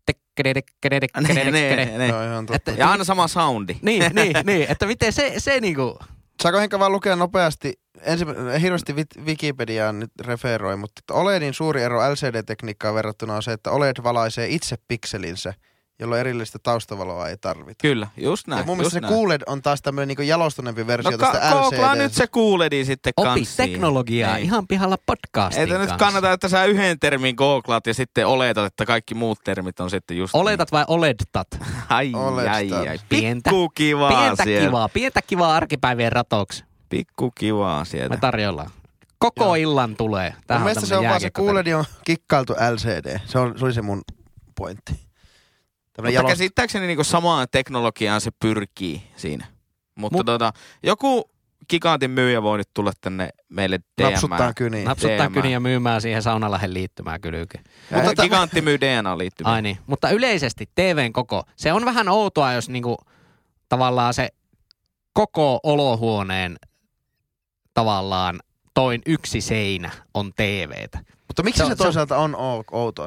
Ne, ne, ne. se on ihan totta. Että- Ja aina sama soundi. Niin, niin, niin, että miten se, se niinku, Saako Henkka vaan lukea nopeasti, ensimmä, hirveästi Wit- Wikipediaan nyt referoi, mutta O L E Din suuri ero L C D-tekniikkaan verrattuna on se, että O L E D valaisee itse pikselinsä, jolloin erillistä taustavaloa ei tarvita. Kyllä, just näin. Ja mun just mielestä se näin. Q L E D on taas tämmöinen niinku jalostuneempi versio No tästä ka- L C kooklaa D. nyt se kuuledi sitten opi kanssa siihen. teknologiaa Ei. ihan pihalla podcastin Ei nyt kanssa. kannata, että sä yhden termin googlaat ja sitten oletat, että kaikki muut termit on sitten just Oletat vai oledtat? niin. Ai, Oletat. ai, ai. Pientä- Pikku kivaa Pientä siellä. kivaa, pientä kivaa arkipäivien ratoksi. Pikku kivaa sieltä. Me tarjollaan. Koko Joo. illan tulee. Mun Tähän mielestä se on vaan se Q L E D on kikkailtu L C D. Se, on, se oli se mun pointti. Tämmönen Mutta jalost- käsittääkseni niinku samaan teknologiaan se pyrkii siinä. Mutta Mut- tota, joku gigantin myyjä voi nyt tulla tänne meille D M. napsuttaa kyniin. napsuttaa D M. kyniä myymään siihen Saunalähen liittymään kylkeen. Mutta Mutta- gigantti myy D N A-liittymään. Ai niin, mutta yleisesti T V:n koko, se on vähän outoa, jos niinku tavallaan se koko olohuoneen tavallaan toin yksi seinä on T V:tä. Mutta miksi Se se, on- se toisaalta on ou- outoa?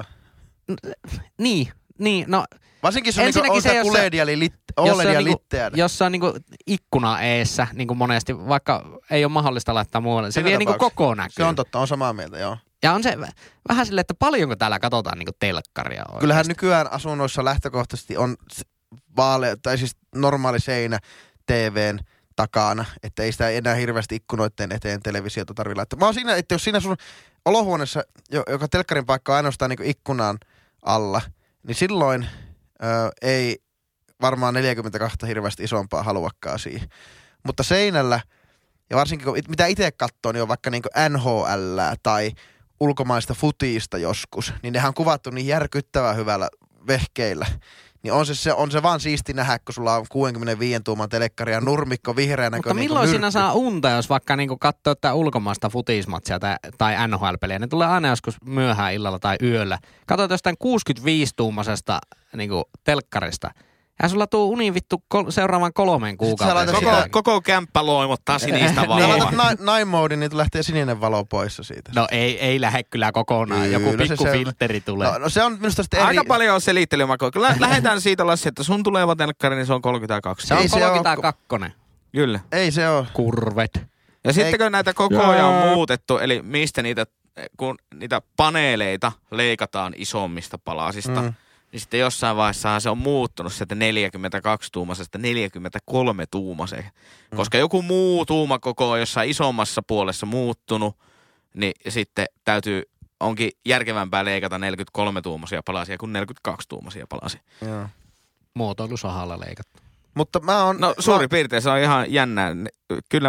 Niin, niin, no Varsinkin se on, niinku, Ensinnäkin on se, se jos Q se- L E D eli lit, jos se O L E D on ja niinku- litteä. jos se on niinku ikkuna eessä, niinku monesti, vaikka ei ole mahdollista laittaa muualle, se Siinä vie niinku tapauksessa. koko näkyy. Se on totta, on samaa mieltä, joo. Ja on se vä- vähän silleen, että paljonko täällä katsotaan niinku telkkaria oikeasti. Kyllähän nykyään asunnoissa lähtökohtaisesti on s- vaale, tai siis normaali seinä T V:n takana, että ei sitä enää hirveästi ikkunoiden eteen televisiota tarvitse laittaa. Mä oon siinä, että jos siinä sun olohuoneessa, jo- joka telkkarin paikka on ainoastaan niin ikkunan alla, niin silloin ö, ei varmaan neljäkymmentäkaksi hirveästi isompaa haluakaan siihen. Mutta seinällä, ja varsinkin kun it- mitä itse katsoo, niin on vaikka niin N H L tai ulkomaista futiista joskus, niin nehän on kuvattu niin järkyttävän hyvällä vehkeillä. niin on se, se, on se vaan siisti nähdä, kun sulla on kuusikymmentäviisi tuuman telekkari ja nurmikko vihreä näkö. Mutta niin milloin siinä nyrkki. saa unta, jos vaikka niinku katsoo jotain ulkomaista futismatsia tai, tai N H L-peliä? Ne tulee aina joskus myöhään illalla tai yöllä. Katsot jostain kuusikymmentäviisi-tuumaisesta niinku telkkarista. Ja sulla tuu uni vittu kol- seuraavan kolmeen kuukauteen. laitat Koko, sitä- koko kämppä loimottaa sinistä Sä valoa. laitat night, night mode, niin lähtee sininen valo pois siitä. No ei, ei lähde kyllä kokonaan. Kyllä Joku se pikku selvä. filtteri tulee. No, no se on minusta sitten eri... Aika paljon on selittelymakua. Lä- Lähdetään siitä, Lassi, että sun tuleva telkkari, niin se on kolmekymmentäkaksi. Se on Ei se oo- kolmekymmentäkaksi. Kyllä. Ei se ole. Kurvet. Ja sitten kun näitä kokoja on muutettu, eli mistä niitä, kun niitä paneeleita leikataan isommista palasista, Mm. niin sitten jossain vaiheessa se on muuttunut sieltä neljäkymmentäkaksi-tuumaisesta neljäkymmentäkolme-tuumaiseen. Mm. Koska joku muu tuumakoko on jossain isommassa puolessa muuttunut, niin sitten täytyy, onkin järkevämpää leikata neljäkymmentäkolme-tuumaisia palasia kuin neljäkymmentäkaksi-tuumaisia palasia. Joo. Muotoilusahalla leikattu. Mutta mä oon... No suurin piirtein se on ihan jännää. Kyllä,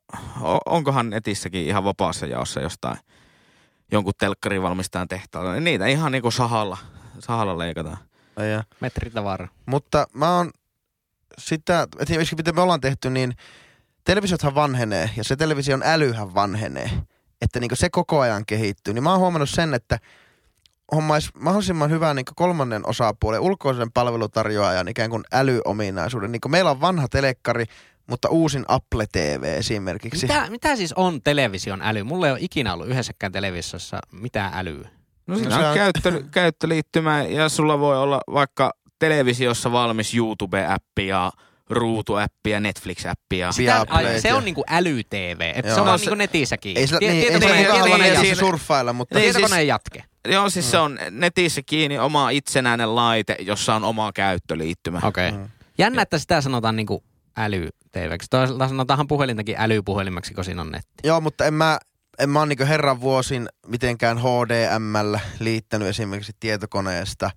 o- onkohan netissäkin ihan vapaassa jaossa jostain jonkun telkkarin valmistajan tehtaalla. Niitä ihan niinku sahalla, sahalla leikataan. Mä, ja. Metritavara. Mutta mä oon sitä, että esimerkiksi mitä me ollaan tehty, niin televisiothan vanhenee ja se television älyhän vanhenee. Että niin se koko ajan kehittyy. Niin mä oon huomannut sen, että homma olisi mahdollisimman hyvä niin kolmannen osapuolen ulkoisen palvelutarjoajan ikään kuin älyominaisuuden. Niin meillä on vanha telekkari, mutta uusin Apple T V esimerkiksi. Mitä, mitä siis on television äly? Mulla ei ole ikinä ollut yhdessäkään televisiossa mitään älyä. No siinä No se on on- käyttö, käyttöliittymä ja sulla voi olla vaikka televisiossa valmis YouTube-appi ja ruutuäppi ja Netflix-appi. Ja... Sitä- Ai, Viaplay se ja- on niinku äly-tv. Että Joo. se on No vaan se- niinku netissäkin. Ei, sillä, Tie- niin, ei tietokoneen- se kukaan halua niin, netissä siinä- surffailla, mutta... Niin, tietokoneen siis- jatke. Joo, siis se on netissä kiinni oma itsenäinen laite, jossa on oma käyttöliittymä. Okei. Okay. Mm. Jännä, että sitä sanotaan niinku äly-tvksi. Toisaalta sanotaanhan puhelintakin älypuhelimeksi, kun siinä on netti. Joo, mutta en mä, en mä ole niin herran vuosin mitenkään H D M:llä liittänyt esimerkiksi tietokoneesta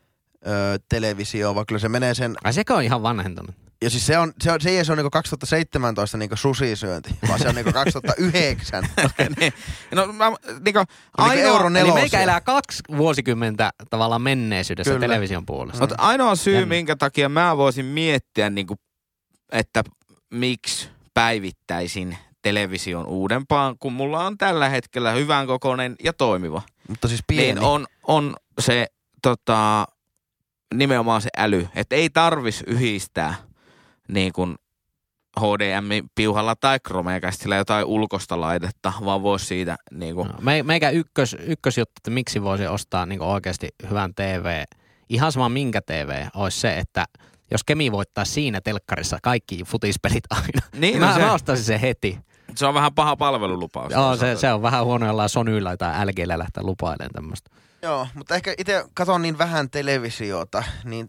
ö, televisioon, vaan kyllä se menee sen... Ai sekö on ihan vanhentunut? Ja siis se, on, se, on, se ei se on niin kaksituhattaseitsemäntoista niin susisyönti, vaan se on niin kaksituhattayhdeksän. Niin. No mä niinku Eli euro ainoa, Eli nelosia. meikä elää kaksi vuosikymmentä tavallaan menneisyydessä Kyllä. television puolesta. mutta ainoa syy, Jännä. minkä takia mä voisin miettiä, niinku, että miksi päivittäisin television uudempaan, kun mulla on tällä hetkellä hyvän kokoinen ja toimiva. Mutta siis pieni. Niin on, on se tota, nimenomaan se äly, että ei tarvis yhdistää niin kuin H D M-piuhalla tai Chromecastilla jotain ulkoista laitetta, vaan voisi siitä niin kuin, No, me, meikä ykkös, ykkösjuttu, että miksi voisi ostaa niin oikeasti hyvän T V, ihan sama minkä T V, olisi se, että jos Kemi voittaa siinä telkkarissa kaikki futispelit aina, niin no mä, se, mä ostaisin sen heti. se on vähän paha palvelulupaus. Joo, se, se on vähän huono jollain Sonylla tai L G:llä lähteä lupailemaan tämmöistä. Joo, mutta ehkä itse katon niin vähän televisiota, niin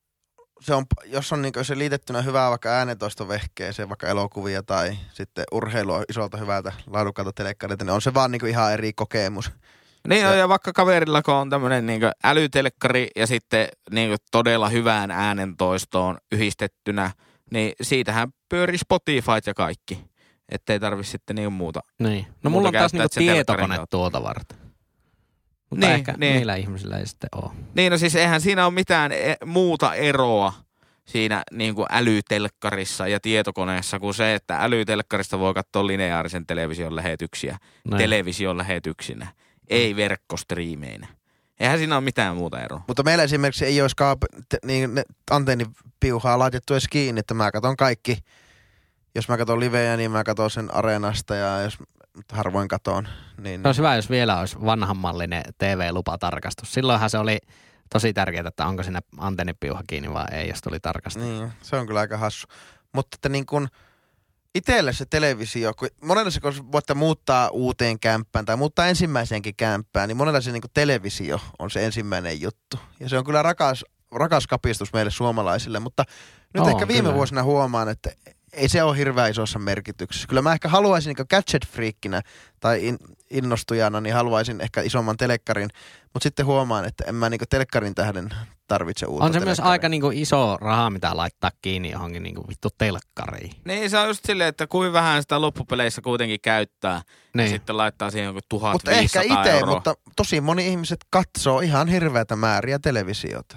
se on, jos on niin se liitettynä hyvää vaikka äänentoistovehkeeseen, vaikka elokuvia tai sitten urheilua isolta hyvältä laadukkaalta telekkarilta, niin on se vaan niin ihan eri kokemus. Niin se- on, ja vaikka kaverilla, kun on tämmöinen niin älytelkkari ja sitten niin todella hyvään äänentoistoon yhdistettynä, niin siitähän pyörii Spotify ja kaikki. Ettei tarvitse sitten niin muuta. Niin. No Muuta mulla on taas käyttää, niinku että se telkkarin tietokone kautta. tuota varten. Mutta Niin, ehkä niin. niillä ihmisillä ei sitten ole. Niin no siis eihän siinä ole mitään e- muuta eroa siinä niin kuin älytelkkarissa ja tietokoneessa kuin se, että älytelkkarista voi katsoa lineaarisen television lähetyksiä Näin. television lähetyksinä, ei verkkostriimeinä. Eihän siinä ole mitään muuta eroa. Mutta meillä esimerkiksi ei olisi kaap- te, niin, ne antennipiuhaa laitettu edes kiinni, että mä katon kaikki. Jos mä katon livejä, niin mä katon sen Areenasta ja jos mutta harvoin katon. Niin, Se olisi hyvä, jos vielä olisi vanhanmallinen T V-lupatarkastus. Silloinhan se oli tosi tärkeää, että onko siinä antennipiuha kiinni vai ei, jos tuli tarkastus. niin, se on kyllä aika hassu. Mutta että niin kun itselle se televisio, kun monella se, kun voitte muuttaa uuteen kämppään tai muuttaa ensimmäiseenkin kämppään, niin monella se niin kun televisio on se ensimmäinen juttu. Ja se on kyllä rakas, rakas kapistus meille suomalaisille, mutta nyt On, ehkä viime kyllä. vuosina huomaan, että ei se ole hirveän isossa merkityksessä. Kyllä mä ehkä haluaisin niin gadget-friikkinä tai in, innostujana, niin haluaisin ehkä isomman telekkarin, mutta sitten huomaan, että en mä niin telekkarin tähden tarvitse uutta On se myös telekkaria. aika niinku iso raha, mitä laittaa kiinni johonkin niinku vittu telkkariin. Niin se on just silleen, että kuin vähän sitä loppupeleissä kuitenkin käyttää. Ja Niin. sitten laittaa siihen joku Mutta ehkä tuhatviisisataa itse, euroa. mutta tosi moni ihmiset katsoo ihan hirveätä määriä televisiota.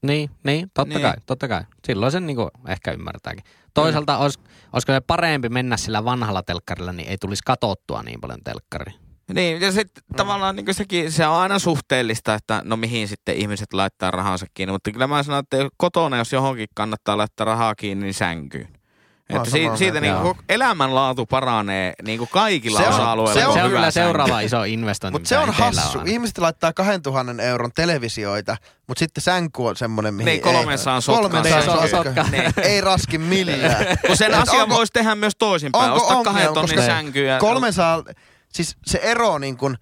Niin, niin, totta Niin. kai, totta kai. Silloin sen niinku ehkä ymmärtääkin. Toisaalta olis, olisiko se parempi mennä sillä vanhalla telkkarilla, niin ei tulisi katsottua niin paljon telkkaria. Niin, ja sitten mm. tavallaan niin sekin, se on aina suhteellista, että no mihin sitten ihmiset laittaa rahansa kiinni. Mutta kyllä mä sanon, että kotona, jos johonkin kannattaa laittaa rahaa kiinni, niin sänkyyn. Että si- siitä niin kuin elämänlaatu paranee niin kuin kaikilla Se on- osa-alueilla. se Se on on hyvä kyllä sänky. seuraava iso investointi. Mutta se mitä on itsellä hassu. on. Ihmiset laittaa kahdentuhannen euron televisioita, mutta sitten sänky on semmoinen, mihin Niin, kolmensaan sotkaa kolmensaan sänkyyn. sotka. Niin. Ei raski millään. Kun sen Et asian onko- voisi tehdä myös toisinpäin. Onko Ostaa ongelma, kahden tonnin koska sänkyä. Ja kolmensaa, siis se ero niin kun,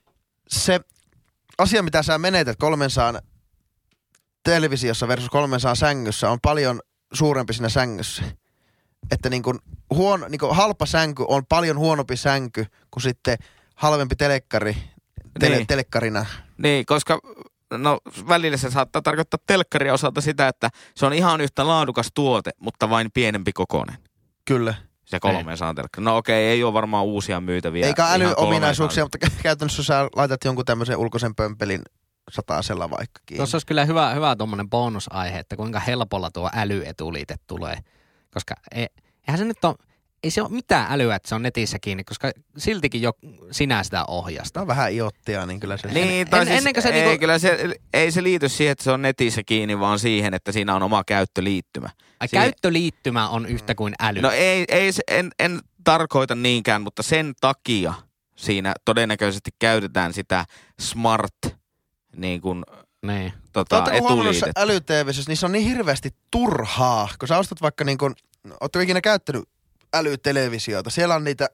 se asia mitä sä menetät kolmensaan televisiossa versus kolmensaan sängyssä on paljon suurempi siinä sängyssä. Että niin kun huono, niin kun halpa sänky on paljon huonompi sänky kuin sitten halvempi telekkari, tele, Niin. telekkarina. Niin, koska no välillä se saattaa tarkoittaa telkkarin osalta sitä, että se on ihan yhtä laadukas tuote, mutta vain pienempi kokoinen. Kyllä. Se kolmesataa telkkari. No okei, ei ole varmaan uusia myytäviä. Eikä ihan älyominaisuuksia, kolmesataa. mutta käytännössä sä laitat jonkun tämmöisen ulkoisen pömpelin satasella vaikka kiinni. Tuossa olisi kyllä hyvä, hyvä tuommoinen bonusaihe, että kuinka helpolla tuo älyetuliite tulee. Koska ei, eihän se nyt ole, ei se ole mitään älyä, että se on netissä kiinni, koska siltikin jo sinä sitä ohjasta. Tämä on vähän iottia, niin kyllä se... Niin, En- tai en- siis, ennen kuin se ei, niinku- kyllä se, ei se liity siihen, että se on netissä kiinni, vaan siihen, että siinä on oma käyttöliittymä. Ai, Siihen- käyttöliittymä on yhtä kuin äly. No ei, ei se, en, en tarkoita niinkään, mutta sen takia siinä todennäköisesti käytetään sitä smart niin kuin, Niin. tota, Oletteko huomannut se etuliitettä. äly-tv:ssä, niin se on niin hirveästi turhaa, kun sä ostat vaikka niin kuin, ootteko ikinä käyttänyt älytelevisiota, siellä on niitä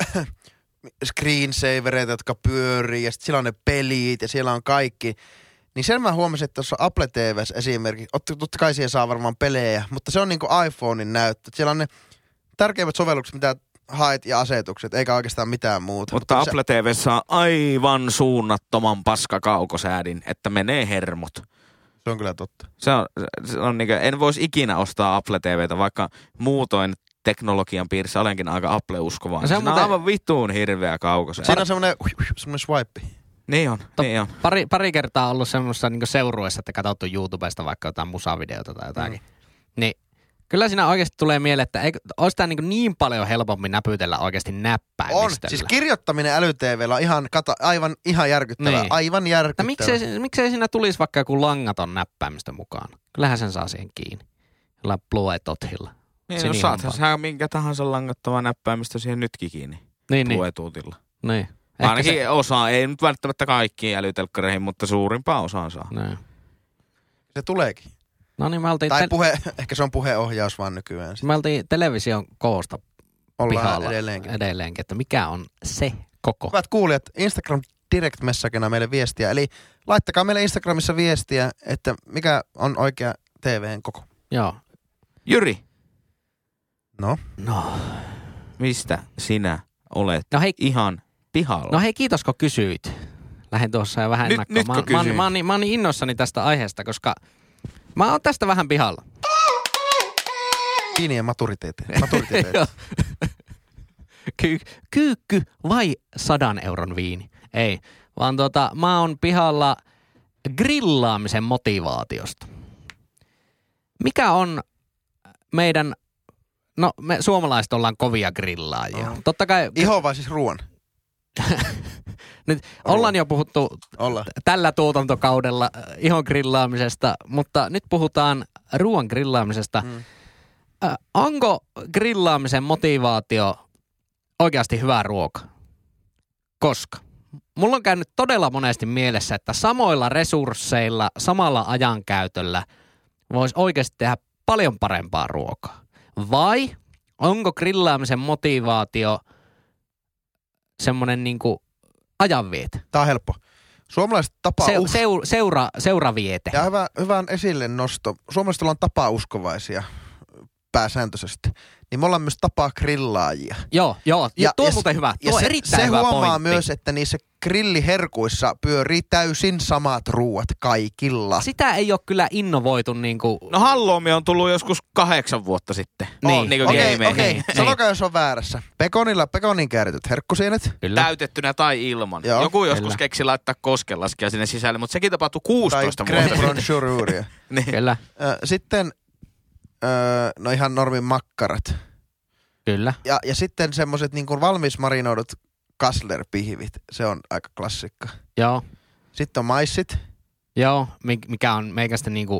screensavereita, jotka pyörii, ja sitten siellä on ne pelit, ja siellä on kaikki. Niin sen mä huomasin, että tuossa Apple T V:ssä esimerkiksi, totta kai siihen saa varmaan pelejä, mutta se on niin kuin iPhonein näyttö. Siellä on ne tärkeimmät sovellukset, mitä haet ja asetukset, eikä oikeastaan mitään muuta. Mutta se- Apple T V:ssä on aivan suunnattoman paskakaukosäädin, että menee hermot. Se on kyllä totta. Se on, se on niin kuin, en voisi ikinä ostaa Apple T V:tä, vaikka muutoin teknologian piirissä olenkin aika Apple-uskovainen. No Se se on, on muuten... muuten- aivan vittuun hirveä kaukosäädin. Siinä on semmoinen, semmoinen swipe. Niin on, To- niin on. Pari, pari kertaa ollut semmoista niin seurueessa, että katsottu YouTubesta vaikka jotain musavideota tai jotakin. Mm. Niin kyllä siinä oikeasti tulee mieleen, että eikö, olisi tämä niin, niin paljon helpompi näpytellä oikeasti On. näppäimistöllä. Siis kirjoittaminen äly-tv:llä on ihan, kato, aivan, ihan järkyttävää. Niin. Aivan Että järkyttävää. miksei, miksei siinä tulisi vaikka joku langaton näppäimistö mukaan? Kyllähän sen saa siihen kiinni. Jollain Bluetoothilla. Niin, no Sinihampaa. saathan sä minkä tahansa langattava näppäimistö siihen nytkin kiinni. Niin, niin. Bluetoothilla. niin. Ainakin se, osa, ei nyt välttämättä kaikkiin älytelkkareihin, mutta suurimpaan osaan saa. niin. Se tuleekin. No niin, me oltiin, Tai te- puhe, ehkä se on puheohjaus vaan nykyään. me oltiin television koosta Ollaan pihalla edelleenkin. edelleenkin, että mikä on se koko. Hyvät kuulijat, Instagram Direct-messagena meille viestiä. Eli laittakaa meille Instagramissa viestiä, että mikä on oikea T V:n koko. Joo. Jyri, No, No. mistä sinä olet No hei, ihan pihalla? no hei, kiitos kun kysyit. Lähdin tuossa jo vähän Nyt- ennakkoon. nytkö mä, mä, oon- kysyin? mä, oon niin- mä oon niin innoissani tästä aiheesta, koska mä oon tästä vähän pihalla. viinien maturiteetti. maturiteetti. Joo. Ky- kyykky vai sadan euron viini? Ei, vaan tota, mä oon pihalla grillaamisen motivaatiosta. Mikä on meidän, no me suomalaiset ollaan kovia grillaajia. Oh. Totta kai Iho vai siis ruoan? nyt ollaan jo puhuttu Olla. tällä tuotantokaudella äh, ihon grillaamisesta, mutta nyt puhutaan ruoan grillaamisesta. Mm. Äh, onko grillaamisen motivaatio oikeasti hyvä ruoka? Koska mulla on käynyt todella monesti mielessä, että samoilla resursseilla, samalla ajankäytöllä voisi oikeasti tehdä paljon parempaa ruokaa. Vai onko grillaamisen motivaatio semmoinen niinku ajanviete? Tää on helppo. Suomalaiset tapaa Se, us- seu, seura, seuraviete. Ja hyvä, hyvän esille nosto. Suomalaiset ollaan tapauskovaisia pääsääntöisesti. niin me ollaan myös tapaa grillaajia. Joo, joo. Ja, tuo on muuten hyvä. Ja Tuo on se, erittäin se hyvä huomaa pointti. myös, että niissä grilliherkuissa pyörii täysin samat ruuat kaikilla. Sitä ei ole kyllä innovoitu niinku... No halloumi on tullut joskus kahdeksan vuotta sitten. Niin. Niin kuin Okei, gameihin. okei. Niin. Sanokaa, jos on väärässä. Pekonilla pekonin käärityt herkkusienet. Kyllä. Täytettynä tai ilman. Joo. Joku joskus Kyllä. keksi laittaa koskenlaskea sinne sisälle, mutta sekin tapahtui Tai kuusitoista crème vuotta sitten. brûlée. Niin. Kyllä, Ö, Sitten, ö, no ihan normin makkarat. kyllä. Ja, ja sitten semmoset niin kuin valmis marinoidut kaslerpihvit. Se on aika klassikka. Joo, Sitten on maissit. joo. Mik- Mikä on meikästä niinku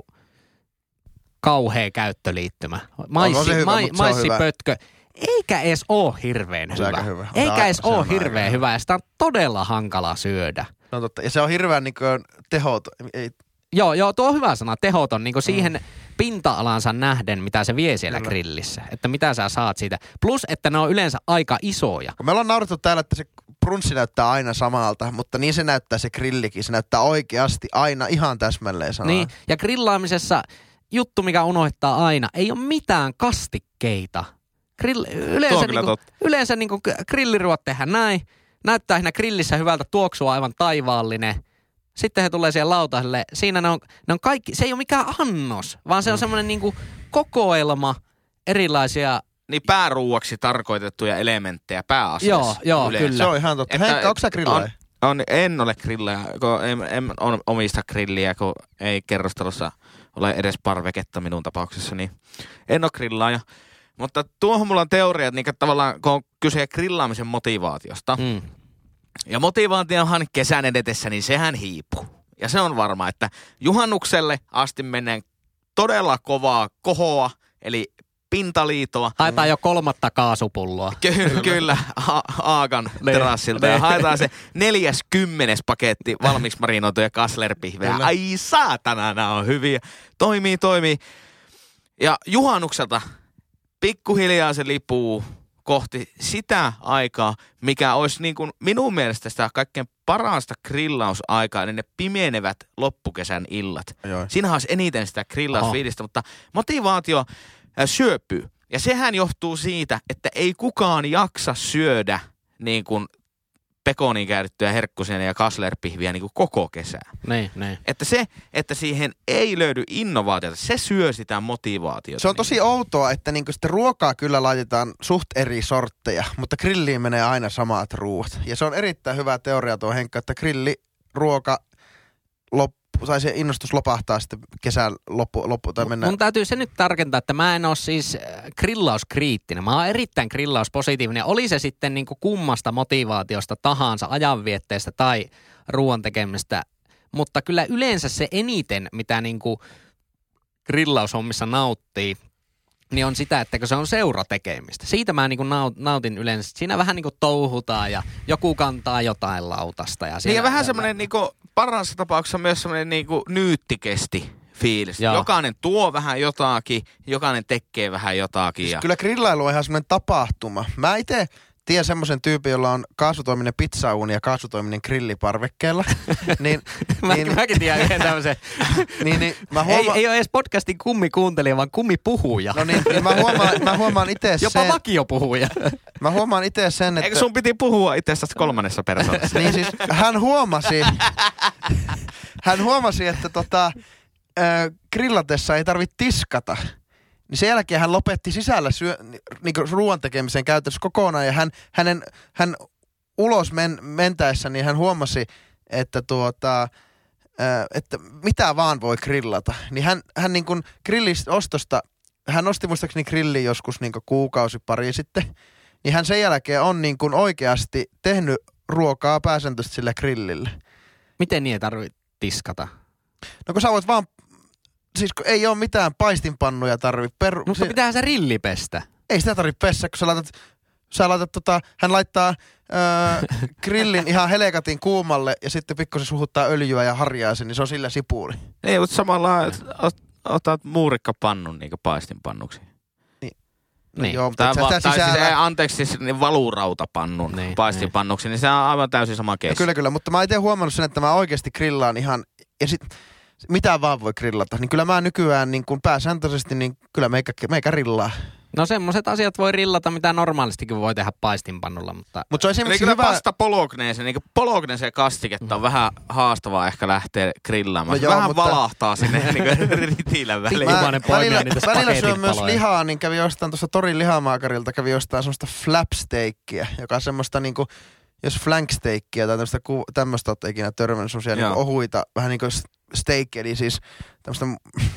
kauhea käyttöliittymä. On se Maissi, hyvä, mai, mut se on maissipötkö. Eikä edes oo hirveän Se on hyvä. aika hyvä. Eikä Se on- edes se on oo aika hirveän hyvä. hyvä. Ja sitä on todella hankala syödä. No totta. Ja se on hirveän niin kuin tehoton. Ei, Joo, joo, tuo on hyvä sana, tehoton, niin siihen mm. pinta-alansa nähden, mitä se vie siellä Kyllä. grillissä. Että mitä sä saat siitä. Plus, että ne on yleensä aika isoja. kun me ollaan naurettu täällä, että se brunssi näyttää aina samalta, mutta niin se näyttää se grillikin. Se näyttää oikeasti aina ihan täsmälleen samalta. Niin, ja grillaamisessa juttu, mikä unohtaa aina, ei ole mitään kastikkeita. Grill, Tuo yleensä on kyllä niinku, totta. yleensä niinku grilliruot tehdään näin. Näyttää siinä grillissä hyvältä, tuoksua aivan taivaallinen. Sitten he tulee siihen lautaselle. Siinä ne on, ne on kaikki, se ei ole mikään annos, vaan se on semmoinen niinku kokoelma erilaisia. Niin pääruuaksi tarkoitettuja elementtejä pääasiassa. Joo, joo, yleensä. kyllä. Se on ihan totta. Että- Henkka, onko sä grillaaja? On, on, en ole grillaaja, kun en, en on omista grilliä, kun ei kerrostalossa ole edes parveketta minun tapauksessa, niin en ole grillaaja. Mutta tuohon mulla on teoria, että niinku tavallaan kun on kyse grillaamisen motivaatiosta, Mm. ja motivaatiohan kesän edetessä, niin sehän hiipuu. Ja se on varma, että juhannukselle asti mennään todella kovaa kohoa, eli pintaliitoa. Haetaan jo kolmatta kaasupulloa. Ky- kyllä, A- Aakan Niin. terassilta. Ja Niin. haetaan se neljäs kymmenes paketti valmiiksi marinoituja kaslerpihvejä. Kyllä. Ai saatana, nämä on hyviä. Toimii, toimii. Ja juhannukselta pikkuhiljaa se lipuu kohti sitä aikaa, mikä olisi niin kuin minun mielestä sitä kaikkein parasta grillausaikaa, eli ne pimenevät loppukesän illat. Joo. Siinähän olisi eniten sitä grillausfiilistä, mutta motivaatio äh, syöpyy. Ja sehän johtuu siitä, että ei kukaan jaksa syödä niin kuin pekonin käärittyjä herkkusia ja kaslerpihviä niin kuin koko kesää. Niin, niin. Että se, että siihen ei löydy innovaatiota, se syö sitä motivaatiota. Se on tosi outoa, että niinku sitä ruokaa kyllä laitetaan suht eri sortteja, mutta grilliin menee aina samat ruuat. Ja se on erittäin hyvä teoria tuo Henkka, että grilliruoka loppu, tai se innostus lopahtaa sitten kesän loppu, loppu tai mennään. Mun täytyy se nyt tarkentaa, että mä en ole siis äh, grillauskriittinen. Mä oon erittäin grillauspositiivinen. Oli se sitten niinku kummasta motivaatiosta tahansa, ajanvietteestä tai ruoan tekemistä. Mutta kyllä yleensä se eniten, mitä niinku grillaushommissa nauttii, niin on sitä, että kun se on seuratekemistä. Siitä mä niinku naut, nautin yleensä. Siinä vähän niinku touhutaan ja joku kantaa jotain lautasta. Ja, Niin siellä- ja vähän semmoinen niinku, parhaassa tapauksessa myös semmoinen niinku nyyttikesti fiilis. Joo. Jokainen tuo vähän jotakin, jokainen tekee vähän jotakin. Siis Ja... kyllä grillailu on ihan semmoinen tapahtuma. Mä itse tiedän semmoisen tyypin, jolla on kaasutoiminen pizzauuni ja kaasutoiminen grilliparvekkeella. niin, Mä, niin, mäkin tiedän yhden tämmöisen. niin, niin, mä Ei, huomaan, ei ole edes podcastin kummikuuntelija, vaan kummipuhuja. no niin, niin mä huomaan, mä huomaan itse Jopa sen, vakiopuhuja. mä huomaan itse sen, että... Eikö sun piti puhua itsestäsi kolmannessa persoonassa? Niin siis hän huomasi, hän huomasi, että tota, äh, grillatessa ei tarvitse tiskata. Niin sen jälkeen hän lopetti sisällä syö, niinku ruoan tekemisen käytössä kokonaan ja hän, hänen, hän ulos men, mentäessä, niin hän huomasi, että tuota, äh, että mitä vaan voi grillata. Niin hän, hän niin kuin grilliostosta, hän osti muistaakseni grillin joskus niin kuin kuukausi pari sitten, niin hän sen jälkeen on niin kuin oikeasti tehnyt ruokaa pääsääntöisesti sillä grillillä. Miten niin ei tarvitse tiskata? No kun sä voit vaan, siis kun ei ole mitään paistinpannuja tarvi. Per, Mutta se, pitäähän se rilli pestä. ei sitä tarvi pessä, kun sä laitat, sä laitat tota, hän laittaa öö, grillin ihan helekatin kuumalle ja sitten pikkusen suhuttaa öljyä ja harjaa sen, niin se on sillä sipuli. Ei, mutta samalla ot, otat muurikkapannun niin paistinpannuksi. Niin. Joo, mutta Tai, et sä va, sitä tai siis, sisällä... ei, anteeksi, siis niin valurautapannun Niin, niin, paistinpannuksi, niin se on aivan täysin sama No keissi. kyllä, kyllä, mutta mä oon itse huomannut sen, että mä oikeasti grillaan ihan, ja sit mitä vaan voi grillata, niin kyllä mä nykyään niin kuin pääsääntöisesti, niin kyllä meikä, meikä rillaa. No semmoiset asiat voi rillata, mitä normaalistikin voi tehdä paistinpannulla, mutta... Mutta se on Eli esimerkiksi kyllä hyvä... pasta pologneeseen, niin pologneeseen kastiketta on vähän haastavaa ehkä lähteä grillaamaan. No Se joo, vähän mutta- valahtaa sinne niin ritilän väliin. Mä- Jumanen poimii välillä, niitä välillä syön spagetin myös paloja. lihaa, niin kävi jostain tuossa torin lihamaakarilta, kävi jostain semmoista flapsteikkiä, joka on semmoista niinku, jos flanksteikkiä tai tämmöistä, ku- tämmöistä olette ikinä törmännyt, semmoisia Joo. niinku ohuita, vähän niinku steikkiä, eli siis tämmöistä...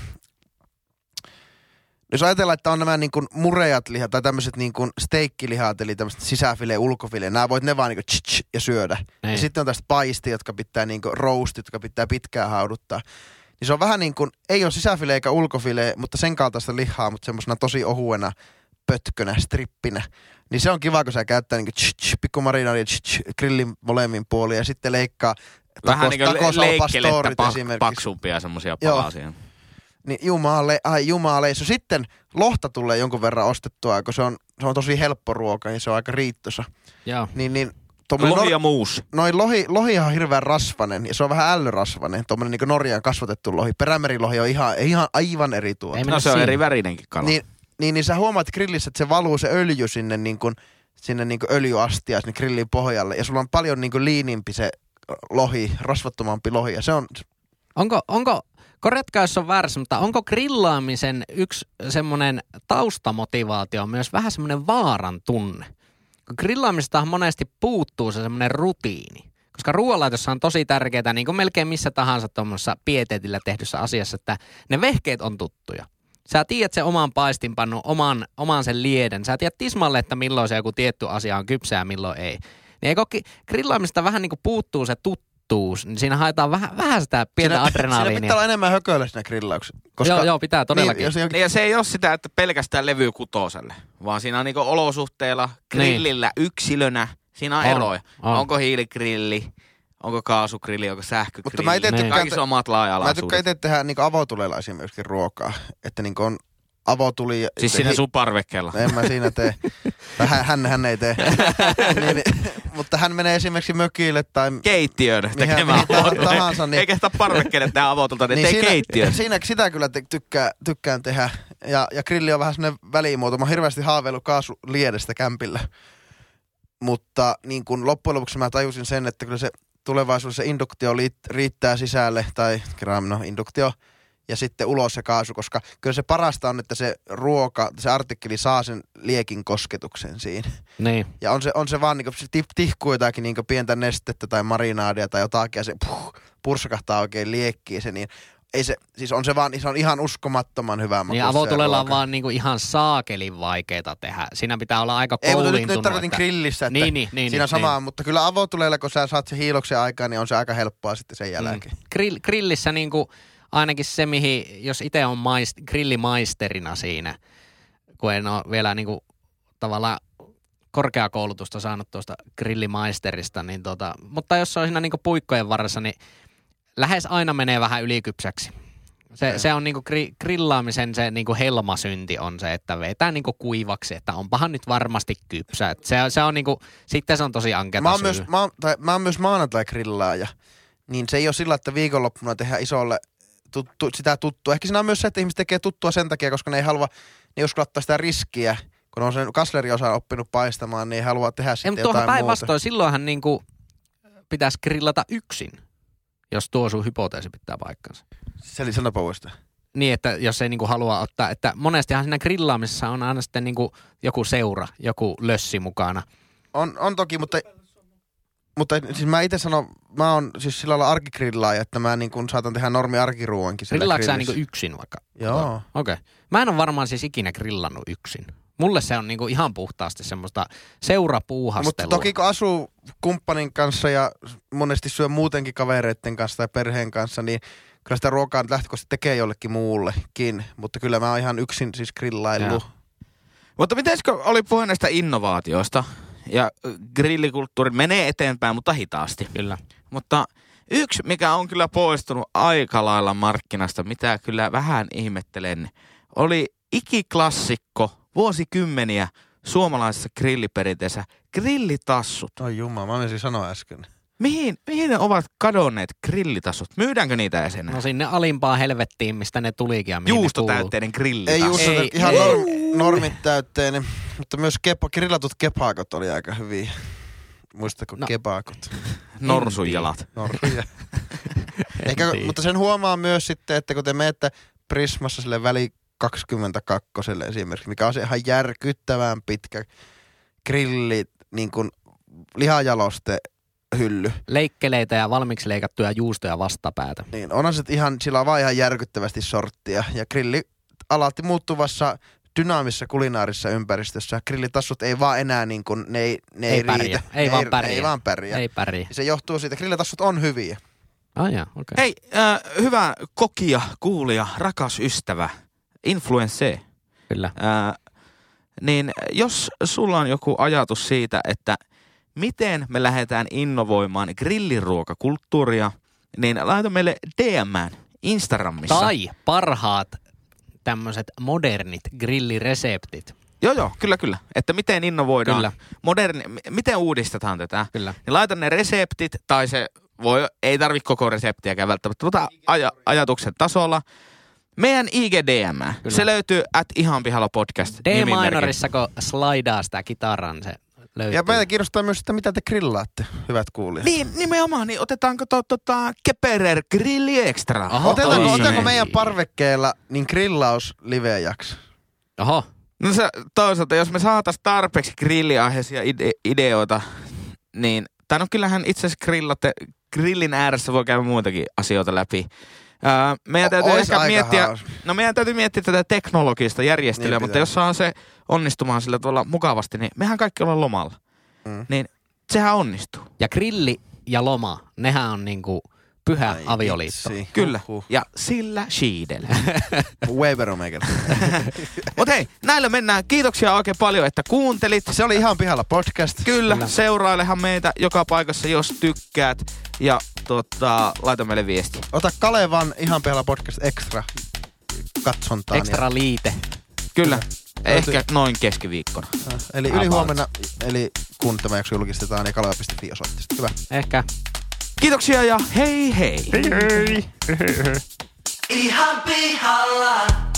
Jos ajatellaan, että on nämä niin kuin mureat lihat tai tämmöiset niin kuin steikkilihat, eli tämmöiset sisäfile, ulkofile, nämä voit ne vaan niin kuin tsch, tsch, ja syödä. Ei. Ja sitten on tästä paisti, jotka pitää niin kuin roastit, jotka pitää pitkään hauduttaa. Niin se on vähän niin kuin, ei ole sisäfile eikä ulkofile, mutta sen kaltaista lihaa, mutta semmoisena tosi ohuena pötkönä, strippinä. Niin se on kiva, kun sä käyttää niin kuin tsch, tsch, pikku marinaadi, tsch, tsch, grillin molemmin puolin ja sitten leikkaa Vähän niin kuin tacos al leikkelettä pastorit pak- esimerkiksi. paksumpia semmosia Joo. palasia. Niin jumale, ai jumaleissa. Sitten lohta tulee jonkun verran ostettua, kun se on, se on tosi helppo ruoka ja se on aika riittosa. Joo. Niin, niin tommonen Lohi ja nor- muus. noin lohi, lohi on hirveän rasvanen ja se on vähän ällyrasvanen. Tuommoinen niin Norjan kasvatettu lohi. Perämerilohi on ihan, ihan aivan eri tuote. Ei No mennä se on siinä. eri värinenkin kala. Niin, niin, niin sä huomaat grillissä, että se valuu se öljy sinne, niin kuin, sinne niin kuin öljyastiaan sinne grillin pohjalle. Ja sulla on paljon niin kuin liinimpi se lohi, rasvattomampi lohi. Ja se on, Onko, onko, korjatkaa jos on väärässä, mutta onko grillaamisen yksi semmoinen taustamotivaatio myös vähän semmoinen vaaran tunne? Kun grillaamistahan monesti puuttuu se semmoinen rutiini. Koska ruoanlaitossa on tosi tärkeää, niin kuin melkein missä tahansa tuommoisessa pieteetillä tehdyssä asiassa, että ne vehkeet on tuttuja. Sä tiedät sen oman paistinpannun, oman, oman sen lieden. Sä tiedät tismalle, että milloin se joku tietty asia on kypsää ja milloin ei. Niin eikö grillaamista vähän niin kuin puuttuu se tuttuus, niin siinä haetaan vähän, vähän sitä pientä siinä, siinä adrenaliinia. pitää olla enemmän hököillä siinä grillauksessa. Joo, joo, pitää todellakin. Niin, jos ei- Niin ja se ei ole sitä, että pelkästään levy kutoselle, vaan siinä on niinku olosuhteilla, grillillä, yksilönä, siinä on, On, eroja. on. Onko hiiligrilli, onko kaasugrilli, onko sähkögrilli. Mutta mä ite Niin. tykkään, Kaikissa omat mä tykkään laaja-alaisuudet. itse tehdä niin avotulella esimerkiksi ruokaa. Että niin on avotuli... Siis siinä sun parvekkeella. En mä siinä tee. Tai hän, hän, hän ei tee. niin, niin, mutta hän menee esimerkiksi mökille tai... Keittiöön Mihin- tekemään mihin avotulta. tahansa, niin- Ei kehtaa parvekkeelle tehdä avotulta, niin, niin tee siinä, keittiöön. siinä, sitä kyllä te, tykkää, tykkään tehdä. Ja, ja grilli on vähän semmoinen välimuoto. Mä oon hirveästi haaveillut kaasuliedestä kämpillä. Mutta niin kun loppujen lopuksi mä tajusin sen, että kyllä se tulevaisuudessa induktio liit, riittää sisälle, tai no, induktio, ja sitten ulos se kaasu, koska kyllä se parasta on, että se ruoka, se artikkeli saa sen liekin kosketuksen siinä. Niin. Ja on se, on se vaan niin kuin, se tip- tihkuu jotakin niin pientä nestettä tai marinaadia tai jotakin, ja se puh, purskahtaa oikein liekkiin se, niin ei se, siis on se vaan, se on ihan uskomattoman hyvä makuista Niin se avotulella on ruoka. vaan niinku ihan saakelin vaikeeta tehdä. Siinä pitää olla aika Ei, mutta nyt, kouluintunut. nyt tarkoitin grillissä, että Niin, niin, niin, siinä on niin, samaa, mutta kyllä avotulella, kun sä saat sen hiiloksen aikaan, niin on se aika helppoa sitten sen jälkeen. Mm. Grill, grillissä niinku ainakin se, mihin, jos itse on maist, grillimaisterina siinä, kun en ole vielä niinku tavallaan korkeakoulutusta saanut tuosta grillimaisterista, niin tota, mutta jos se on siinä niinku puikkojen varressa, niin lähes aina menee vähän ylikypsäksi. Se, se on niinku gri, grillaamisen se niinku helmasynti on se, että vetää niinku kuivaksi, että onpahan nyt varmasti kypsä. Et se, se on niinku, sitten se on tosi anketa Mä oon, syy. myös, mä, oon, tai, mä oon myös maanantai-grillaaja, niin se ei ole sillä, että viikonloppuna tehdään isolle tuttu, sitä tuttua. Ehkä siinä on myös se, että ihmiset tekee tuttua sen takia, koska ne ei halua, ne ei uskalla ottaa sitä riskiä. Kun on sen kasleriosa oppinut paistamaan, niin ei halua tehdä Ei, sitten mutta tuohon jotain muuta. päinvastoin, silloinhan niinku pitäisi grillata yksin, jos tuo sun hypoteesi pitää paikkansa. Se oli sanapa uudestaan. Niin, että jos ei niinku halua ottaa, että monestihan siinä grillaamisessa on aina sitten niinku joku seura, joku lössi mukana. On, on toki, mutta, mutta siis mä itse sanon, mä oon siis sillä lailla arkigrillaaja, että mä niin kun saatan tehdä normi arkiruuankin sillä Grillaatko sä grillissä. niinku yksin vaikka? Joo. Okei. Okay. Mä en ole varmaan siis ikinä grillannut yksin. Mulle se on niinku ihan puhtaasti semmoista seurapuuhastelua. Mutta toki kun asuu kumppanin kanssa ja monesti syö muutenkin kavereiden kanssa tai perheen kanssa, niin kyllä sitä ruokaa nyt lähtökohtaisesti tekee jollekin muullekin. Mutta kyllä mä oon ihan yksin siis grillaillut. Mutta mitenskö oli puhe näistä innovaatioista ja grillikulttuuri menee eteenpäin, mutta hitaasti. Kyllä. Mutta yksi, mikä on kyllä poistunut aika lailla markkinasta, mitä kyllä vähän ihmettelen, oli ikiklassikko vuosikymmeniä suomalaisessa grilliperinteessä, grillitassut. Oi jumala, mä menisin sanoa äsken. Mihin, mihin ne ovat kadonneet grillitassut? Myydäänkö niitä edes enää? No sinne alimpaan helvettiin, mistä ne tulikin ja mihin ne Juustotäytteinen grillitassu. Ei juusto, Ei, ihan ei. norm, normittäytteinen, mutta myös kepa, grillatut kepakot oli aika hyviä. Muistatko No. kepakot? Norsunjalat. Norja. Ehkä, tiedä. mutta sen huomaa myös sitten, että kun te menette Prismassa sille väli kaksikymmentäkaksi esimerkiksi, mikä on se ihan järkyttävän pitkä grilli, niin kuin lihajaloste hylly. Leikkeleitä ja valmiiksi leikattuja juustoja vastapäätä. Niin onhan se ihan, sillä on vaan ihan järkyttävästi sorttia. Ja grilli alati muuttuvassa dynaamisessa kulinaarisessa ympäristössä grillitassut ei vaan enää niin kuin, ne ei, ne ei, Ei riitä. pärjää. Ei vaan pärjää. Ei vaan pärjää. Ei pärjää. Se johtuu siitä, grillitassut on hyviä. Ah jaa, okei. Okay. Hei, äh, hyvä kokija, kuulija, rakas ystävä, influencer. Kyllä. Äh, niin jos sulla on joku ajatus siitä, että miten me lähdetään innovoimaan grilliruokakulttuuria, niin laita meille D M:ään Instagramissa. Tai parhaat tämmöiset modernit grillireseptit. Joo, joo, kyllä, kyllä. Että miten innovoidaan, Kyllä. moderni, m- miten uudistetaan tätä. Kyllä. Niin laita ne reseptit, tai se voi, ei tarvi koko reseptiäkään välttämättä, mutta aja, ajatuksen tasolla. Meidän I G D M, se löytyy at ihan pihalla podcast. D-minorissa, kun slaidaa sitä kitaran, se löytyy. Ja meitä kiinnostaa myös, että mitä te grillaatte, hyvät kuulijat. Niin, nimenomaan, niin otetaanko to, tota, Keperer Grilli Extra? Aha. Otetaanko, Oi. otetaanko meidän parvekkeella niin grillaus live-jakso? Oho. No se, toisaalta, jos me saatais tarpeeksi grilliaiheisia ide- ideoita, niin, tai no kyllähän itse asiassa grillatte, grillin ääressä voi käydä muitakin asioita läpi. Öö, meidän täytyy Ois ehkä aika miettiä, hauska. no meidän täytyy miettiä tätä teknologista järjestelyä, Niin mutta pitää. jos saa se onnistumaan sillä tavalla mukavasti, niin mehän kaikki ollaan lomalla. Mm. Niin sehän onnistuu. Ja grilli ja loma, nehän on niinku pyhä Ai avioliitto. vitsi. Kyllä. Huhhuh. Ja sillä shiidellä. Wavero meikä. Mutta hei, näillä mennään. Kiitoksia oikein paljon, että kuuntelit. Se oli ihan pihalla podcast. Kyllä, Kyllä. seurailehan meitä joka paikassa, jos tykkäät. Ja tota, laita meille viesti. Ota Kalevan ihan pihalla podcast extra katsontaan. Ekstra liite. Kyllä, Löytyy. ehkä noin keskiviikkona. Ja, eli About. yli huomenna, eli kun tämä jakso julkistetaan, niin kaleva piste fi osoitteesta. Hyvä. Ehkä. Kiitoksia ja hei hei! Ihan pihalla.